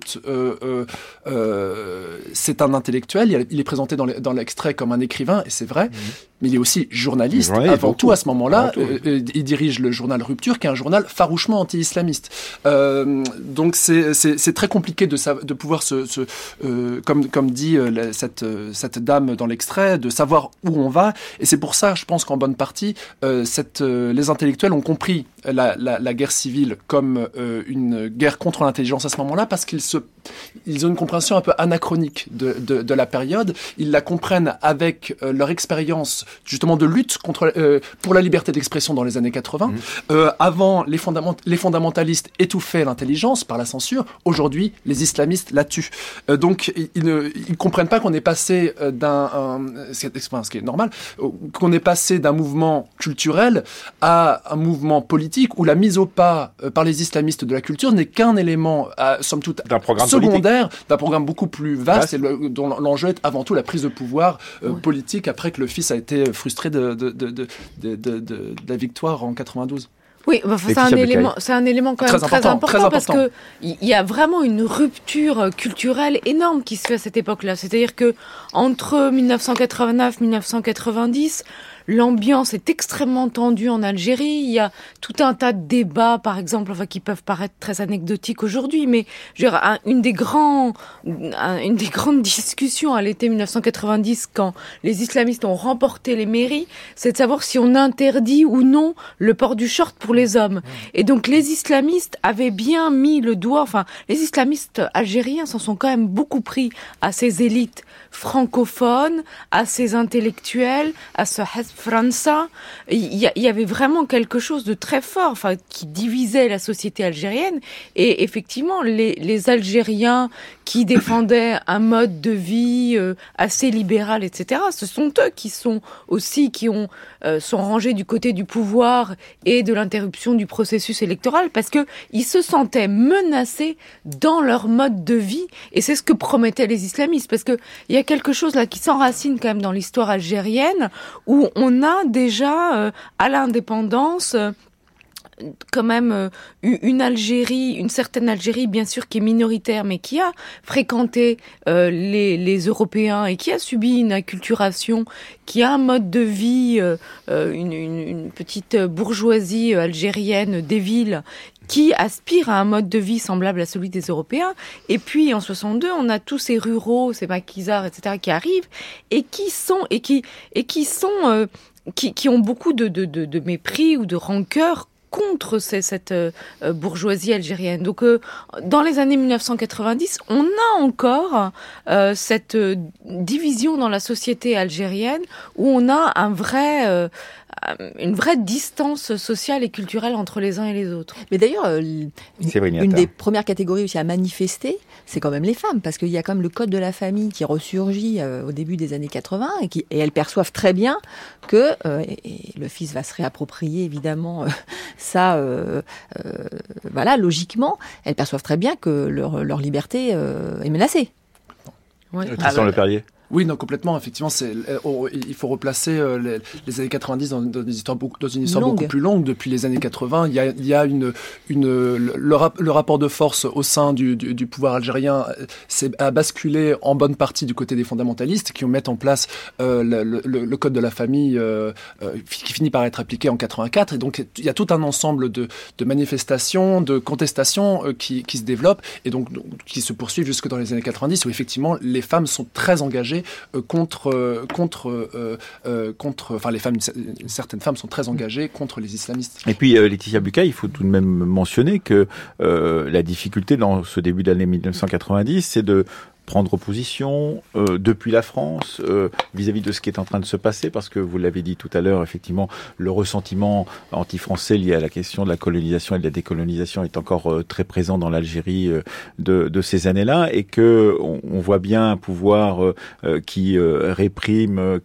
Speaker 9: c'est un intellectuel. Il est présenté dans l'extrait comme un écrivain, et c'est vrai. Mais il est aussi journaliste. Avant tout, à ce moment-là, il dirige le journal Rupture, qui est un journal farouchement anti-islamiste. Donc c'est très compliqué de pouvoir comme dit cette dame dans l'extrait, de savoir où on va. Et c'est pour ça, je pense qu'en bonne partie, les intellectuels ont compris la guerre civile comme une guerre contre l'intelligence à ce moment-là, parce ils ont une compréhension un peu anachronique de la période. Ils la comprennent avec leur expérience justement de lutte pour la liberté d'expression dans les années 80. Avant, les fondamentalistes étouffaient l'intelligence par la censure. Aujourd'hui, les islamistes la tuent. Donc, ils ne comprennent pas qu'on est passé ce qui est normal, qu'on est passé d'un mouvement culturel à un mouvement politique où la mise au pas par les islamistes de la culture n'est qu'un élément, somme toute, secondaire d'un programme beaucoup plus vaste et dont l'enjeu est avant tout la prise de pouvoir politique après que le fils a été frustré de la victoire en 92.
Speaker 8: Oui, c'est un élément quand même très important parce que il y a vraiment une rupture culturelle énorme qui se fait à cette époque-là. C'est-à-dire que entre 1989 et 1990, l'ambiance est extrêmement tendue en Algérie. Il y a tout un tas de débats, par exemple, qui peuvent paraître très anecdotiques aujourd'hui, mais une des grandes discussions à l'été 1990, quand les islamistes ont remporté les mairies, c'est de savoir si on interdit ou non le port du short pour les hommes. Et donc les islamistes avaient bien mis le doigt, les islamistes algériens s'en sont quand même beaucoup pris à ces élites francophones, à ces intellectuels, à ce França. Il y avait vraiment quelque chose de très fort, qui divisait la société algérienne. Et effectivement, les Algériens qui défendaient un mode de vie assez libéral, etc., ce sont eux qui sont rangés du côté du pouvoir et de l'interruption du processus électoral, parce que ils se sentaient menacés dans leur mode de vie, et c'est ce que promettaient les islamistes, parce que il y a quelque chose là qui s'enracine quand même dans l'histoire algérienne, où on a déjà à l'indépendance quand même une certaine Algérie, bien sûr, qui est minoritaire, mais qui a fréquenté les Européens et qui a subi une acculturation, qui a un mode de vie, une petite bourgeoisie algérienne des villes, qui aspire à un mode de vie semblable à celui des Européens. Et puis, en 62, on a tous ces ruraux, ces maquisards, etc., qui arrivent et qui ont beaucoup de mépris ou de rancœur contre cette bourgeoisie algérienne. Donc, dans les années 1990, on a encore cette division dans la société algérienne où on a une vraie distance sociale et culturelle entre les uns et les autres.
Speaker 7: Mais d'ailleurs, une des premières catégories aussi à manifester, c'est quand même les femmes, parce qu'il y a quand même le code de la famille qui ressurgit au début des années 80, et elles perçoivent très bien que, et le fils va se réapproprier évidemment ça, voilà, logiquement, elles perçoivent très bien que leur liberté est menacée.
Speaker 3: Ouais. Tristan Leperlier.
Speaker 9: Oui, non, complètement. Effectivement, il faut replacer les années 90 dans une histoire beaucoup plus longue. Depuis les années 80, il y a le rapport de force au sein du pouvoir algérien a basculé en bonne partie du côté des fondamentalistes qui mettent en place le code de la famille qui finit par être appliqué en 84. Et donc, il y a tout un ensemble de manifestations, de contestations qui se développent et donc qui se poursuivent jusque dans les années 90 où effectivement les femmes sont très engagées certaines femmes sont très engagées contre les islamistes.
Speaker 3: Et puis Laetitia Bucaille, il faut tout de même mentionner que la difficulté dans ce début d'année 1990, c'est de prendre position depuis la France vis-à-vis de ce qui est en train de se passer, parce que vous l'avez dit tout à l'heure, effectivement, le ressentiment anti-français lié à la question de la colonisation et de la décolonisation est encore très présent dans l'Algérie de ces années-là, et que on voit bien un pouvoir qui réprime,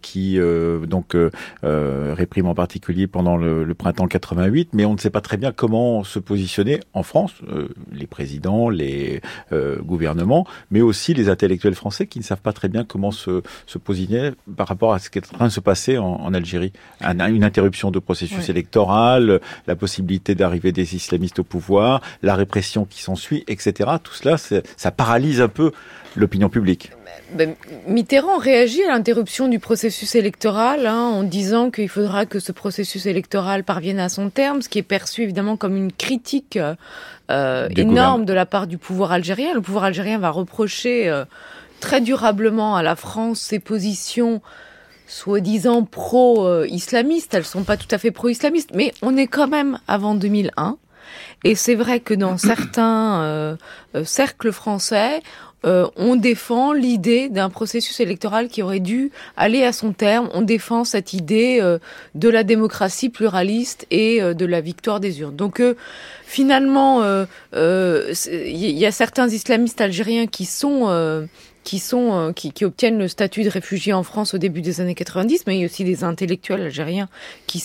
Speaker 3: réprime en particulier pendant le printemps 88, mais on ne sait pas très bien comment se positionner en France, les présidents, les gouvernements, mais aussi les intellectuels français qui ne savent pas très bien comment se positionner par rapport à ce qui est en train de se passer en Algérie. Une interruption de processus électoral, la possibilité d'arrivée des islamistes au pouvoir, la répression qui s'ensuit, etc. Tout cela, ça paralyse un peu l'opinion publique.
Speaker 8: Mitterrand réagit à l'interruption du processus électoral en disant qu'il faudra que ce processus électoral parvienne à son terme, ce qui est perçu évidemment comme une critique énorme de la part du pouvoir algérien. Le pouvoir algérien va reprocher très durablement à la France ses positions soi-disant pro-islamistes. Elles ne sont pas tout à fait pro-islamistes, mais on est quand même avant 2001. Et c'est vrai que dans certains cercles français, on défend l'idée d'un processus électoral qui aurait dû aller à son terme. On défend cette idée de la démocratie pluraliste et de la victoire des urnes. Donc finalement, il y a certains islamistes algériens qui obtiennent le statut de réfugiés en France au début des années 90, mais il y a aussi des intellectuels algériens qui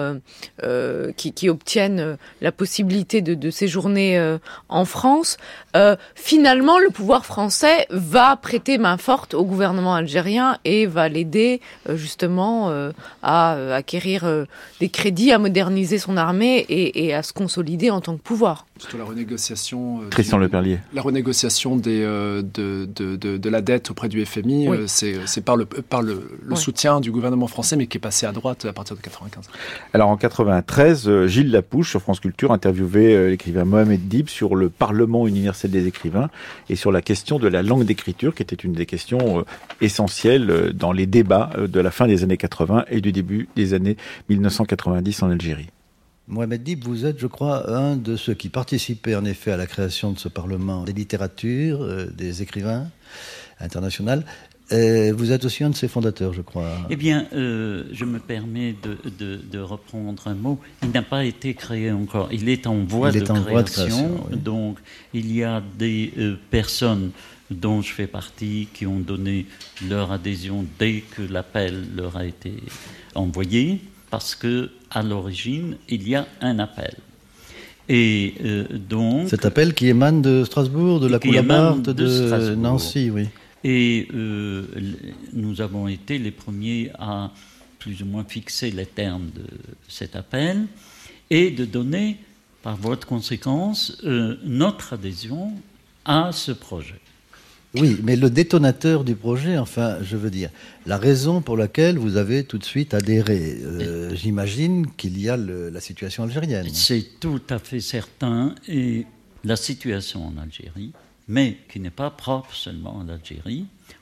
Speaker 8: obtiennent la possibilité de séjourner en France. Finalement, le pouvoir français va prêter main forte au gouvernement algérien et va l'aider justement à acquérir des crédits, à moderniser son armée et à se consolider en tant que pouvoir.
Speaker 9: Surtout la renégociation.
Speaker 3: Tristan Leperlier.
Speaker 9: La renégociation de la dette auprès du FMI, c'est par le soutien du gouvernement français, mais qui est passé à droite à partir de 95.
Speaker 3: Alors en 93, Gilles Lapouche sur France Culture interviewait l'écrivain Mohamed Dib sur le Parlement universel des écrivains et sur la question de la langue d'écriture, qui était une des questions essentielles dans les débats de la fin des années 80 et du début des années 1990 en Algérie.
Speaker 15: Mohamed Dib, vous êtes, je crois, un de ceux qui participaient en effet à la création de ce Parlement des littératures, des écrivains internationaux. Vous êtes aussi un de ses fondateurs, je crois.
Speaker 16: Eh bien, je me permets de reprendre un mot. Il n'a pas été créé encore. Il est en voie de création. Oui. Donc, il y a des personnes dont je fais partie qui ont donné leur adhésion dès que l'appel leur a été envoyé, parce que à l'origine, il y a un appel. Et donc...
Speaker 15: Cet appel qui émane de Strasbourg, de la Coulabarde, de Nancy, oui.
Speaker 16: Et nous avons été les premiers à plus ou moins fixer les termes de cet appel et de donner, par voie de conséquence, notre adhésion à ce projet.
Speaker 15: Oui, mais le détonateur du projet, enfin, je veux dire, la raison pour laquelle vous avez tout de suite adhéré, j'imagine qu'il y a la situation algérienne.
Speaker 16: C'est tout à fait certain, et la situation en Algérie, mais qui n'est pas propre seulement à l'Algérie,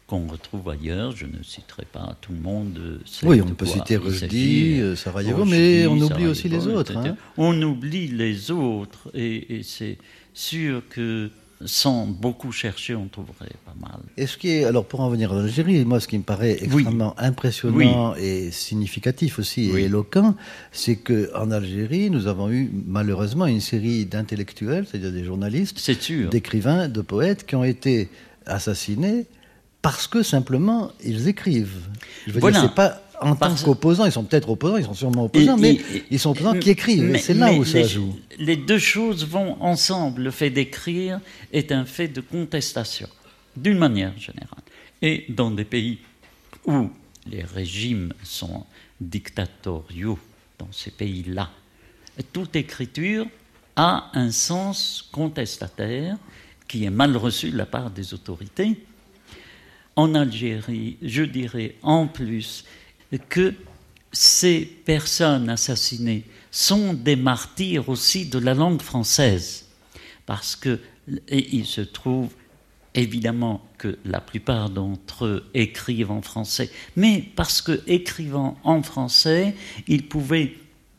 Speaker 16: qu'on retrouve ailleurs. Je ne citerai pas tout le monde.
Speaker 15: Oui, on peut citer Rushdie, Sarajevo, mais on oublie aussi les autres.
Speaker 16: On oublie les autres, et c'est sûr que sans beaucoup chercher, on trouverait pas mal.
Speaker 15: Et ce qui est, alors pour en venir à l'Algérie, moi ce qui me paraît extrêmement impressionnant et significatif aussi et éloquent, c'est qu'en Algérie, nous avons eu malheureusement une série d'intellectuels, c'est-à-dire des journalistes, d'écrivains, de poètes qui ont été assassinés parce que simplement ils écrivent. Je veux dire, c'est pas en tant qu'opposants, ils sont peut-être opposants, ils sont sûrement opposants, mais ils sont opposants qui écrivent. Et c'est là où ça joue.
Speaker 16: Les deux choses vont ensemble. Le fait d'écrire est un fait de contestation, d'une manière générale. Et dans des pays où les régimes sont dictatoriaux, dans ces pays-là, toute écriture a un sens contestataire qui est mal reçu de la part des autorités. En Algérie, je dirais en plus que ces personnes assassinées sont des martyrs aussi de la langue française, parce que il se trouve évidemment que la plupart d'entre eux écrivent en français, mais parce que écrivant en français, ils pouvaient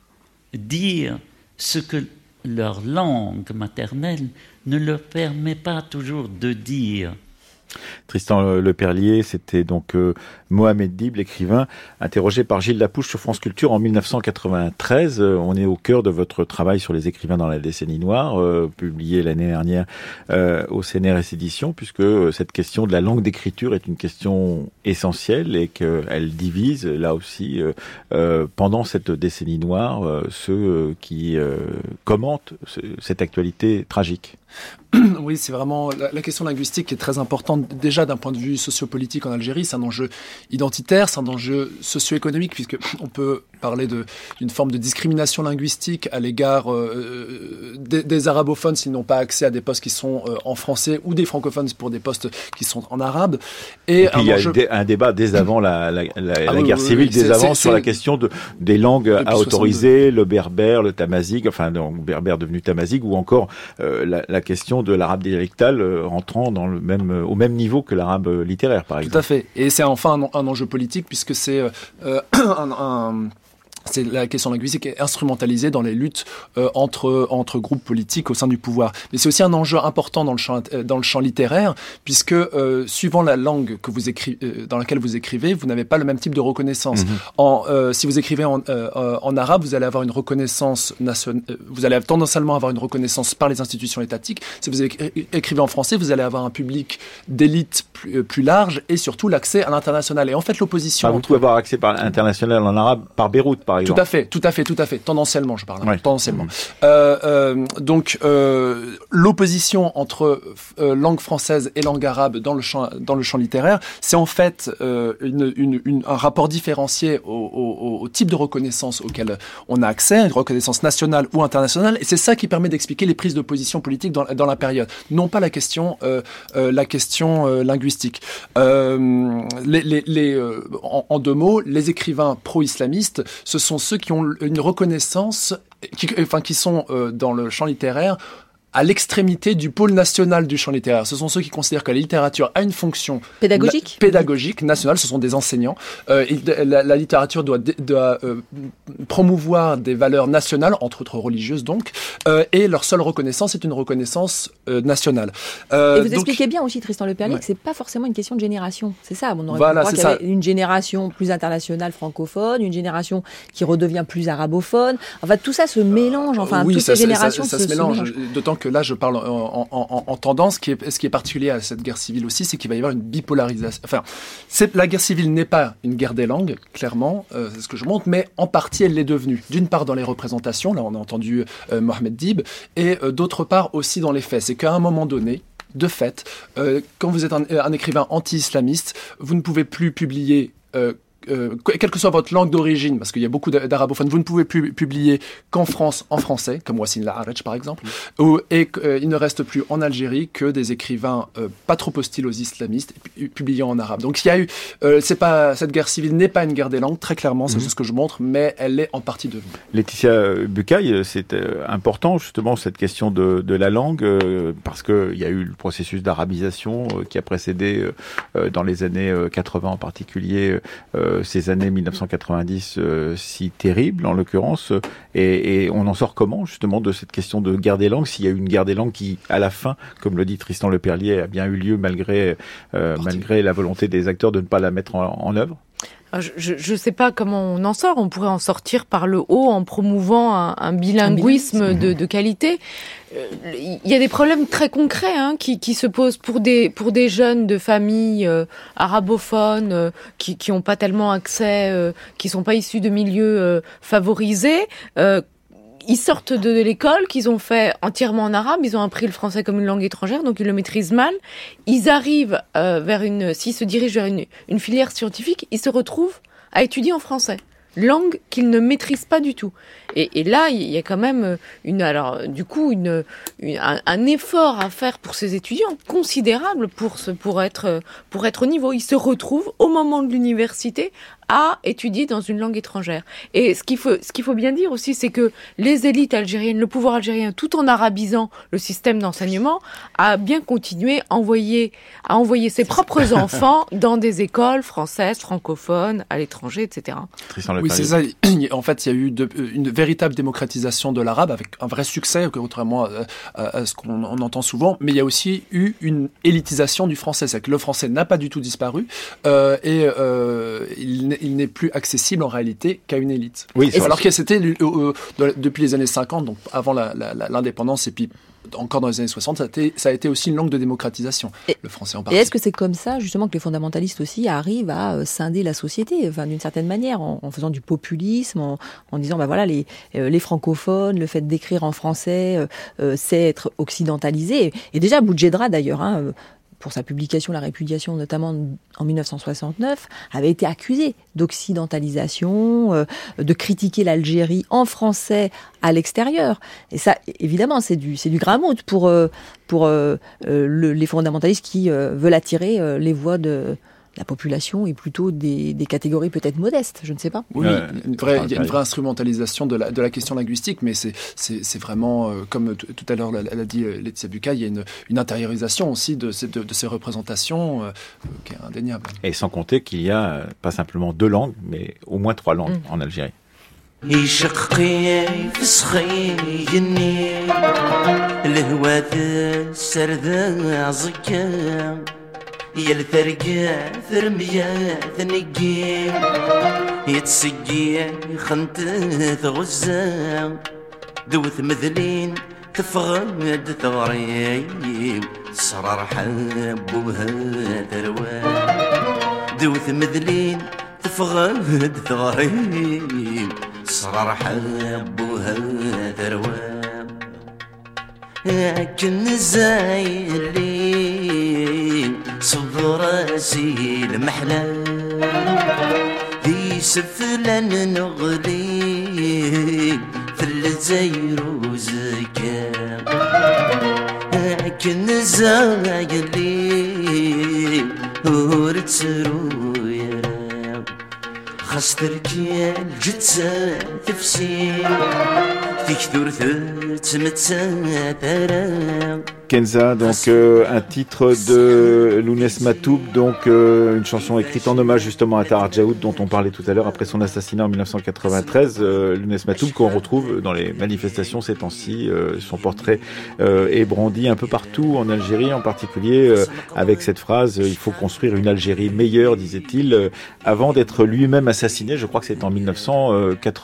Speaker 16: dire ce que leur langue maternelle ne leur permet pas toujours de dire.
Speaker 3: Tristan Leperlier, c'était donc Mohamed Dib, l'écrivain, interrogé par Gilles Lapouche sur France Culture en 1993. On est au cœur de votre travail sur les écrivains dans la décennie noire, publié l'année dernière au CNRS Éditions, puisque cette question de la langue d'écriture est une question essentielle et qu'elle divise, là aussi, pendant cette décennie noire, ceux qui commentent cette actualité tragique.
Speaker 9: Oui, c'est vraiment la question linguistique qui est très importante déjà d'un point de vue sociopolitique en Algérie. C'est un enjeu identitaire, c'est un enjeu socio-économique, puisqu'on peut parler d'une forme de discrimination linguistique à l'égard des arabophones s'ils n'ont pas accès à des postes qui sont en français, ou des francophones pour des postes qui sont en arabe. Et
Speaker 3: puis il y a un débat dès avant la guerre civile, dès avant sur la question des langues à autoriser, le berbère, le tamazight, enfin donc berbère devenu tamazight, ou encore la question de l'arabe dialectal rentrant dans au même niveau que l'arabe littéraire, par exemple.
Speaker 9: Tout à fait. Et c'est enfin un enjeu politique, puisque c'est c'est la question linguistique est instrumentalisée dans les luttes entre groupes politiques au sein du pouvoir. Mais c'est aussi un enjeu important dans le champ littéraire, puisque suivant la langue que vous dans laquelle vous écrivez, vous n'avez pas le même type de reconnaissance. Si vous écrivez en arabe, vous allez avoir une reconnaissance nationale. Vous allez tendanciellement avoir une reconnaissance par les institutions étatiques. Si vous écrivez en français, vous allez avoir un public d'élite plus large et surtout l'accès à l'international. Et en fait, l'opposition.
Speaker 3: Vous pouvez avoir accès à l'international en arabe par Beyrouth, par exemple.
Speaker 9: Tout à fait. Tendanciellement, je parle. Tendanciellement. Donc, l'opposition entre langue française et langue arabe dans le champ littéraire, c'est en fait un rapport différencié au type de reconnaissance auquel on a accès, une reconnaissance nationale ou internationale, et c'est ça qui permet d'expliquer les prises de position politique dans la période, non pas la question linguistique. En deux mots, les écrivains pro-islamistes, ce sont ceux qui ont une reconnaissance, qui sont dans le champ littéraire à l'extrémité du pôle national du champ littéraire. Ce sont ceux qui considèrent que la littérature a une fonction pédagogique nationale, ce sont des enseignants. La littérature doit promouvoir des valeurs nationales, entre autres religieuses donc, et leur seule reconnaissance est une reconnaissance nationale.
Speaker 7: Et vous expliquez bien aussi, Tristan Leperlier, que c'est pas forcément une question de génération. C'est ça, on aurait pu croire qu'il y avait une génération plus internationale francophone, une génération qui redevient plus arabophone. Enfin, tout ça se mélange, toutes ces générations
Speaker 9: ça se mélange. D'autant que là, je parle en tendance. Ce qui est particulier à cette guerre civile aussi, c'est qu'il va y avoir une bipolarisation. Enfin, la guerre civile n'est pas une guerre des langues, clairement, c'est ce que je montre, mais en partie, elle l'est devenue. D'une part, dans les représentations, là, on a entendu Mohamed Dib, et d'autre part aussi dans les faits. C'est qu'à un moment donné, de fait, quand vous êtes un écrivain anti-islamiste, vous ne pouvez plus publier quelle que soit votre langue d'origine, parce qu'il y a beaucoup d'arabophones, vous ne pouvez plus publier qu'en France, en français, comme Wassim Laharej par exemple, et il ne reste plus en Algérie que des écrivains pas trop hostiles aux islamistes, publiant en arabe. Donc il y a eu, cette guerre civile n'est pas une guerre des langues, très clairement, c'est ce que je montre, mais elle l'est en partie devenue.
Speaker 3: Laetitia Bucaille, c'est important justement cette question de la langue, parce qu'il y a eu le processus d'arabisation qui a précédé dans les années 80 en particulier, ces années 1990 si terribles en l'occurrence, et on en sort comment justement de cette question de guerre des langues, s'il y a eu une guerre des langues qui, à la fin, comme le dit Tristan Leperlier, a bien eu lieu malgré la volonté des acteurs de ne pas la mettre en œuvre?
Speaker 8: Je ne sais pas comment on en sort. On pourrait en sortir par le haut en promouvant un bilinguisme de qualité. Il y a des problèmes très concrets qui se posent pour des jeunes de familles arabophones qui n'ont pas tellement accès, qui sont pas issus de milieux favorisés. Ils sortent de l'école qu'ils ont fait entièrement en arabe, ils ont appris le français comme une langue étrangère, donc ils le maîtrisent mal. Ils arrivent s'ils se dirigent vers une filière scientifique, ils se retrouvent à étudier en français, langue qu'ils ne maîtrisent pas du tout. Et là, il y a quand même un effort à faire pour ces étudiants considérable pour être au niveau. Ils se retrouvent au moment de l'université à étudier dans une langue étrangère. Et ce qu'il faut bien dire aussi, c'est que les élites algériennes, le pouvoir algérien, tout en arabisant le système d'enseignement, a bien continué à envoyer ses propres enfants dans des écoles françaises, francophones, à l'étranger, etc.
Speaker 9: Oui, c'est ça. En fait, il y a eu une véritable démocratisation de l'arabe avec un vrai succès, contrairement à ce qu'on entend souvent. Mais il y a aussi eu une élitisation du français. C'est-à-dire que le français n'a pas du tout disparu il n'est plus accessible en réalité qu'à une élite. Oui, alors que c'était depuis les années 50, donc avant l'indépendance, et puis encore dans les années 60, ça a été aussi une langue de démocratisation, le français en partie.
Speaker 7: Et est-ce que c'est comme ça, justement, que les fondamentalistes aussi arrivent à scinder la société, d'une certaine manière, en faisant du populisme, en disant, voilà, les francophones, le fait d'écrire en français, c'est être occidentalisé. Et déjà, Boudjedra, d'ailleurs, pour sa publication La Répudiation, notamment en 1969, avait été accusé d'occidentalisation, de critiquer l'Algérie en français à l'extérieur. Et ça, évidemment, c'est du gramout pour les fondamentalistes qui veulent attirer les voix de la population et plutôt des catégories peut-être modestes, je ne sais pas.
Speaker 9: Oui, il y a une vraie instrumentalisation de la question linguistique, mais c'est vraiment, comme tout à l'heure l'a dit Laetitia Bucaille, il y a une intériorisation aussi de ces représentations qui est indéniable.
Speaker 3: Et sans compter qu'il y a pas simplement 2 langues, mais au moins 3 langues en Algérie.
Speaker 17: يلثرقا ثرميا ثنقي يتسقي خنت غزا دوث مثلين تفغد ثغري صرار حبوها ثروى دوث مثلين تفغد ثغري صرار حبوها ثروى كن زايلي صب راسي المحلى ذي سفلان نغلي في الجزائر وزكا كن زايلي ورتسرو يرا خاصتك الجتسا تفسير تكثر تمتسا ترى
Speaker 3: Kenza, donc un titre de Lounès Matoub, donc une chanson écrite en hommage justement à Tahar Djaoud dont on parlait tout à l'heure après son assassinat en 1993. Lounès Matoub qu'on retrouve dans les manifestations ces temps-ci, son portrait est brandi un peu partout en Algérie, en particulier avec cette phrase « Il faut construire une Algérie meilleure », disait-il, avant d'être lui-même assassiné. Je crois que c'est en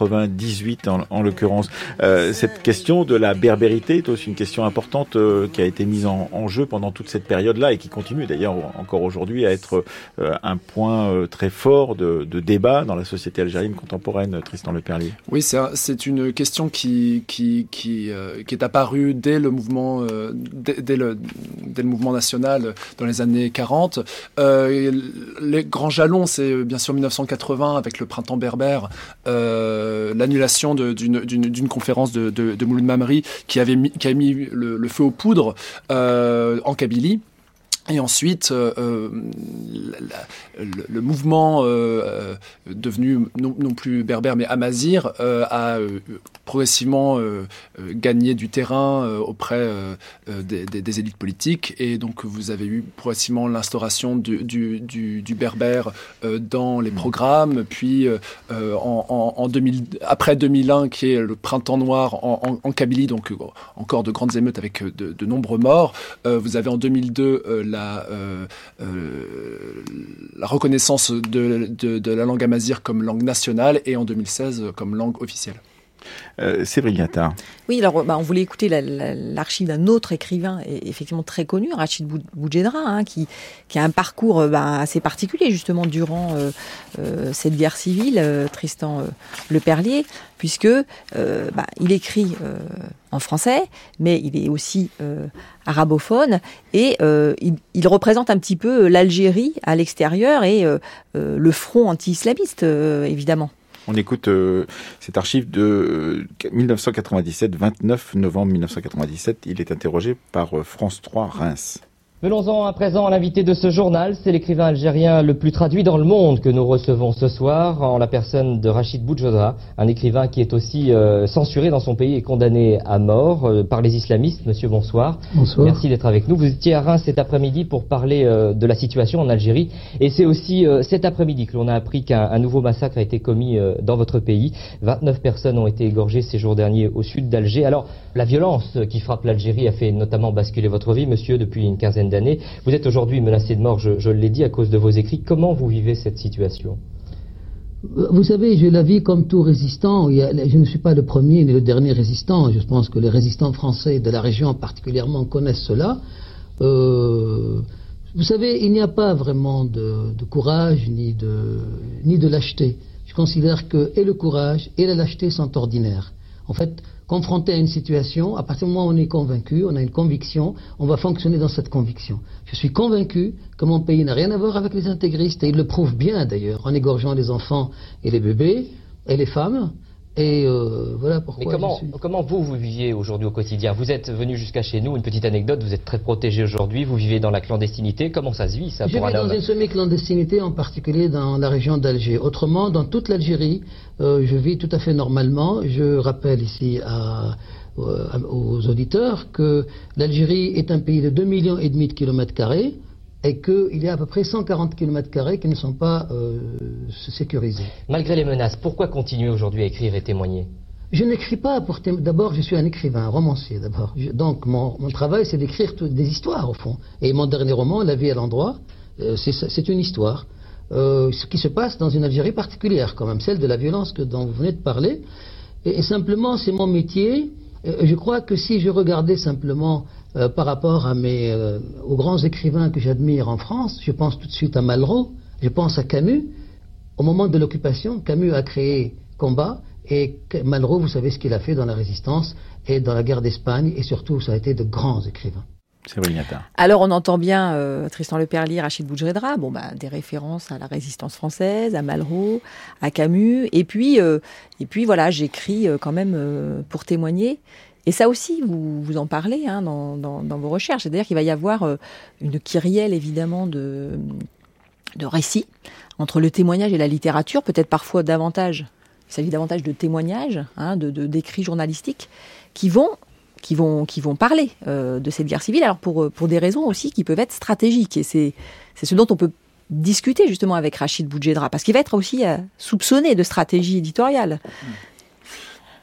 Speaker 3: 1998 en l'occurrence. Cette question de la berbérité est aussi une question importante qui a été été mise en jeu pendant toute cette période-là et qui continue d'ailleurs encore aujourd'hui à être un point très fort de débat dans la société algérienne contemporaine, Tristan Leperlier.
Speaker 9: Oui, c'est une question qui est apparue dès le mouvement dès le mouvement national dans les années 40. Les grands jalons, c'est bien sûr 1980 avec le printemps berbère, l'annulation d'une conférence de Mouloud Mamri qui a mis le feu aux poudres en Kabylie. Et ensuite, le mouvement devenu non plus berbère mais amazigh a progressivement gagné du terrain auprès des élites politiques. Et donc, vous avez eu progressivement l'instauration du berbère dans les programmes. Puis, après 2001, qui est le printemps noir en Kabylie, donc encore de grandes émeutes avec de nombreux morts. Vous avez en 2002 la reconnaissance de la langue amazigh comme langue nationale et en 2016 comme langue officielle.
Speaker 3: Séverine Liattard.
Speaker 7: Oui, alors on voulait écouter l'archive d'un autre écrivain effectivement très connu, Rachid Boudjedra, qui a un parcours assez particulier justement durant cette guerre civile, Tristan Leperlier, puisque il écrit en français, mais il est aussi arabophone et il représente un petit peu l'Algérie à l'extérieur et le front anti-islamiste évidemment.
Speaker 3: On écoute cette archive de 1997, 29 novembre 1997. Il est interrogé par France 3 Reims.
Speaker 18: Venons-en à présent à l'invité de ce journal. C'est l'écrivain algérien le plus traduit dans le monde que nous recevons ce soir, en la personne de Rachid Boudjedra, un écrivain qui est aussi censuré dans son pays et condamné à mort par les islamistes. Monsieur, bonsoir.
Speaker 19: Bonsoir.
Speaker 18: Merci d'être avec nous. Vous étiez à Reims cet après-midi pour parler de la situation en Algérie. Et c'est aussi cet après-midi que l'on a appris qu'un nouveau massacre a été commis dans votre pays. 29 personnes ont été égorgées ces jours derniers au sud d'Alger. Alors, la violence qui frappe l'Algérie a fait notamment basculer votre vie, monsieur, depuis une quinzaine d'années. Vous êtes aujourd'hui menacé de mort, je l'ai dit, à cause de vos écrits. Comment vous vivez cette situation ?
Speaker 19: Vous savez, je la vis comme tout résistant. Je ne suis pas le premier ni le dernier résistant. Je pense que les résistants français de la région particulièrement connaissent cela. Vous savez, il n'y a pas vraiment de courage ni de lâcheté. Je considère que et le courage et la lâcheté sont ordinaires. En fait, confronté à une situation, à partir du moment où on est convaincu, on a une conviction, on va fonctionner dans cette conviction. Je suis convaincu que mon pays n'a rien à voir avec les intégristes, et ils le prouvent bien d'ailleurs, en égorgeant les enfants et les bébés, et les femmes, et voilà pourquoi.
Speaker 18: Mais comment vous viviez aujourd'hui au quotidien ? Vous êtes venu jusqu'à chez nous, une petite anecdote, vous êtes très protégé aujourd'hui, vous vivez dans la clandestinité, comment ça se vit ça pour un homme ?
Speaker 19: Je vis dans une semi-clandestinité, en particulier dans la région d'Alger. Autrement, dans toute l'Algérie, je vis tout à fait normalement. Je rappelle ici aux auditeurs que l'Algérie est un pays de 2,5 millions de kilomètres carrés et qu'il y a à peu près 140 km² qui ne sont pas sécurisés.
Speaker 18: Malgré les menaces, pourquoi continuer aujourd'hui à écrire et témoigner ?
Speaker 19: Je n'écris pas pour témoigner. D'abord, je suis un écrivain, un romancier d'abord. Donc mon travail, c'est d'écrire des histoires au fond. Et mon dernier roman, La vie à l'endroit, c'est une histoire. Ce qui se passe dans une Algérie particulière, quand même, celle de la violence dont vous venez de parler. Et simplement, c'est mon métier. Je crois que si je regardais simplement par rapport aux grands écrivains que j'admire en France, je pense tout de suite à Malraux, je pense à Camus. Au moment de l'occupation, Camus a créé Combat, et Malraux, vous savez ce qu'il a fait dans la résistance et dans la guerre d'Espagne, et surtout, ça a été de grands écrivains.
Speaker 7: Alors on entend bien Tristan Leperlier, Rachid Boudjedra, des références à la résistance française, à Malraux, à Camus, et puis voilà, j'écris quand même pour témoigner. Et ça aussi, vous en parlez dans vos recherches, c'est-à-dire qu'il va y avoir une kyrielle évidemment de récits entre le témoignage et la littérature, peut-être parfois davantage. Il s'agit davantage de témoignages, d'écrits journalistiques qui vont parler de cette guerre civile, alors pour des raisons aussi qui peuvent être stratégiques. Et c'est ce dont on peut discuter justement avec Rachid Boudjedra, parce qu'il va être aussi soupçonné de stratégie éditoriale.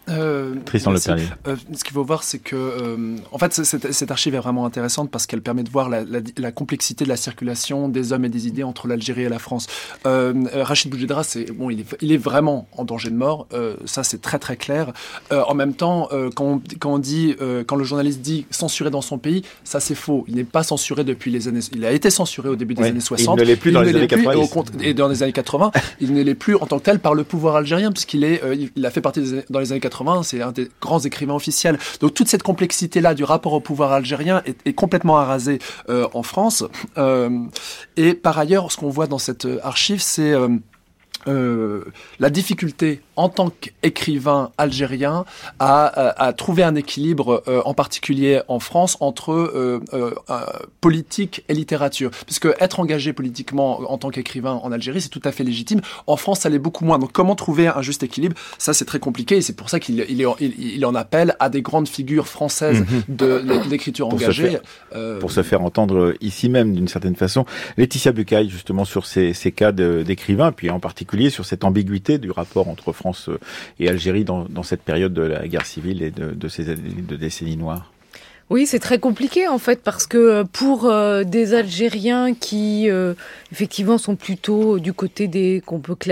Speaker 3: Tristan Leperlier.
Speaker 9: Ce qu'il faut voir, c'est que, en fait, cette archive est vraiment intéressante parce qu'elle permet de voir la complexité de la circulation des hommes et des idées entre l'Algérie et la France. Rachid Boujedra, il est vraiment en danger de mort. Ça, c'est très très clair. En même temps, quand le journaliste dit censuré dans son pays, ça c'est faux. Il n'est pas censuré depuis les années. Il a été censuré au début des années 60.
Speaker 3: Il ne l'est plus dans les années 80.
Speaker 9: Et dans les années 80, il ne l'est plus en tant que tel par le pouvoir algérien, puisqu'il il a fait partie dans les années 80. C'est un des grands écrivains officiels. Donc toute cette complexité-là du rapport au pouvoir algérien est complètement arasée en France. Et par ailleurs, ce qu'on voit dans cette archive, c'est la difficulté en tant qu'écrivain algérien à trouver un équilibre, en particulier en France, entre politique et littérature. Puisque être engagé politiquement en tant qu'écrivain en Algérie, c'est tout à fait légitime. En France, ça l'est beaucoup moins. Donc comment trouver un juste équilibre? Ça, c'est très compliqué et c'est pour ça qu'il en appelle à des grandes figures françaises de l'écriture engagée.
Speaker 3: Pour se faire entendre ici même, d'une certaine façon. Laetitia Bucaille, justement, sur ces cas d'écrivains, puis en particulier sur cette ambiguïté du rapport entre France et Algérie dans cette période de la guerre civile et de ces années de décennies noires.
Speaker 8: Oui, c'est très compliqué en fait parce que pour des Algériens qui effectivement sont plutôt du côté qu'on peut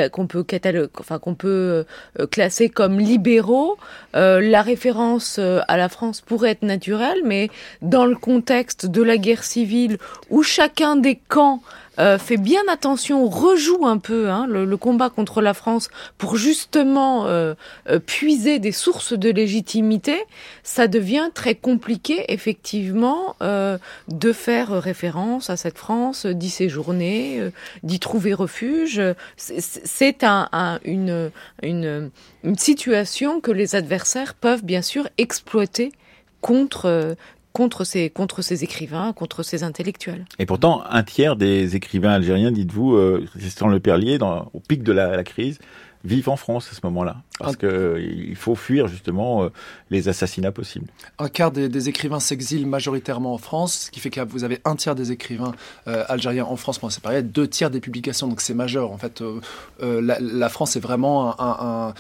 Speaker 8: classer comme libéraux, la référence à la France pourrait être naturelle, mais dans le contexte de la guerre civile où chacun des camps fait bien attention, rejoue un peu le combat contre la France pour justement puiser des sources de légitimité, ça devient très compliqué effectivement de faire référence à cette France, d'y séjourner, d'y trouver refuge. C'est une situation que les adversaires peuvent bien sûr exploiter contre ces écrivains, contre ces intellectuels.
Speaker 3: Et pourtant, un tiers des écrivains algériens, dites-vous, Tristan Leperlier, au pic de la crise, vivent en France à ce moment-là. Parce qu'il faut fuir justement les assassinats possibles.
Speaker 9: Un quart des écrivains s'exilent majoritairement en France, ce qui fait que vous avez un tiers des écrivains algériens en France pendant ces périodes, 2 tiers des publications, donc c'est majeur. En fait, la France est vraiment un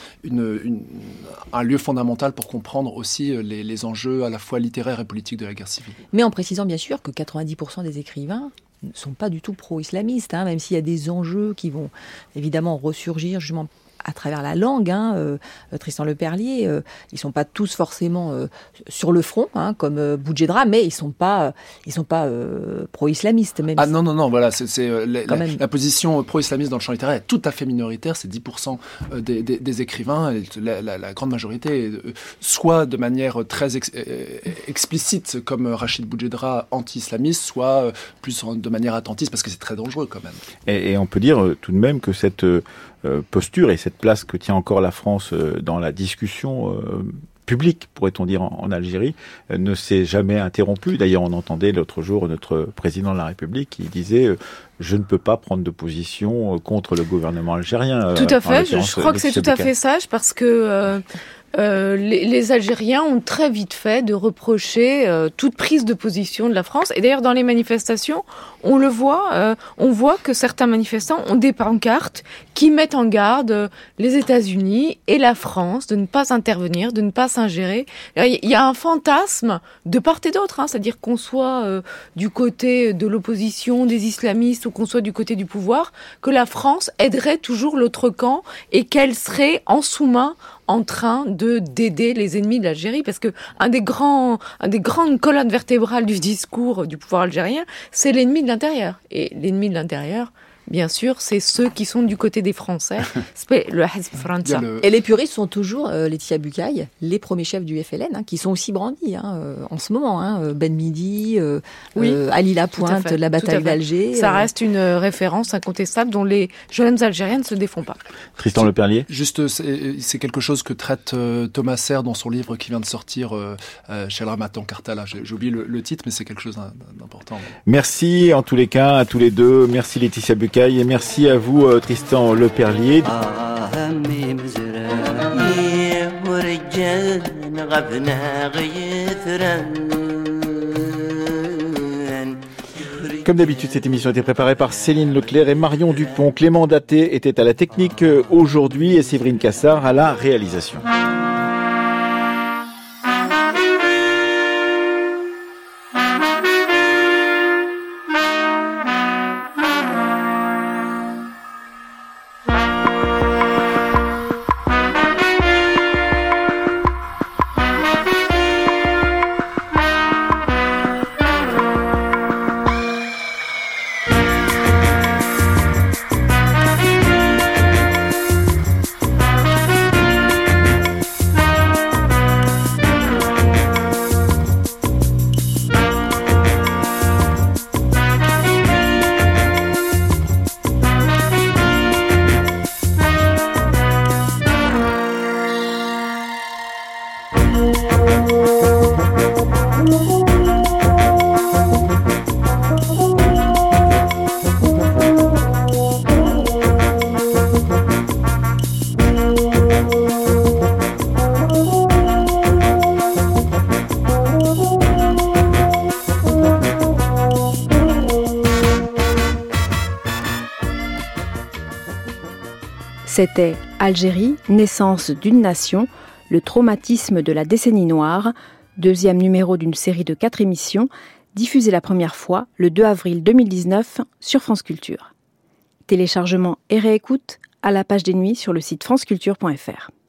Speaker 9: lieu fondamental pour comprendre aussi les enjeux à la fois littéraires et politiques de la guerre civile.
Speaker 7: Mais en précisant bien sûr que 90% des écrivains ne sont pas du tout pro-islamistes, même s'il y a des enjeux qui vont évidemment ressurgir justement à travers la langue, Tristan Leperlier, ils sont pas tous forcément sur le front, comme Boujedra, mais ils sont pas pro-islamistes même.
Speaker 9: Ah non, voilà, la position pro-islamiste dans le champ littéraire est tout à fait minoritaire. C'est 10% des écrivains, la grande majorité, soit de manière très explicite comme Rachid Boujedra, anti-islamiste, soit plus de manière attentiste parce que c'est très dangereux quand même.
Speaker 3: Et on peut dire tout de même que cette posture et cette place que tient encore la France dans la discussion publique, pourrait-on dire, en Algérie, ne s'est jamais interrompue. D'ailleurs, on entendait l'autre jour notre président de la République qui disait je ne peux pas prendre de position contre le gouvernement algérien.
Speaker 8: Tout à fait, je crois que c'est tout à fait sage parce que les Algériens ont très vite fait de reprocher toute prise de position de la France. Et d'ailleurs, dans les manifestations, on le voit, on voit que certains manifestants ont des pancartes qui mettent en garde les États-Unis et la France de ne pas intervenir, de ne pas s'ingérer. Il y a un fantasme de part et d'autre, c'est-à-dire qu'on soit du côté de l'opposition, des islamistes, ou qu'on soit du côté du pouvoir, que la France aiderait toujours l'autre camp et qu'elle serait en sous-main en train d'aider les ennemis de l'Algérie, parce que un des grandes colonnes vertébrales du discours du pouvoir algérien, c'est l'ennemi de l'intérieur. Et l'ennemi de l'intérieur, bien sûr, c'est ceux qui sont du côté des Français, c'est le Hizb França.
Speaker 7: Et les puristes sont toujours, Laetitia Bucaille, les premiers chefs du FLN, qui sont aussi brandis en ce moment. Ben Midi, Ali Lapointe, la bataille d'Alger.
Speaker 8: Ça reste une référence incontestable dont les jeunes Algériens ne se défont pas.
Speaker 3: Tristan Leperlier.
Speaker 9: Juste, c'est quelque chose que traite Thomas Serre dans son livre qui vient de sortir chez le Ramatan Kartala. J'ai oublié le titre, mais c'est quelque chose d'important.
Speaker 3: Merci en tous les cas à tous les deux. Merci Laetitia Bucaille. Et merci à vous, Tristan Leperlier. Comme d'habitude, cette émission a été préparée par Céline Leclerc et Marion Dupont. Clément Daté était à la technique aujourd'hui et Séverine Cassard à la réalisation.
Speaker 2: C'était Algérie, naissance d'une nation, le traumatisme de la décennie noire, 2e numéro d'une série de 4 émissions, diffusée la première fois le 2 avril 2019 sur France Culture. Téléchargement et réécoute à la page des nuits sur le site franceculture.fr.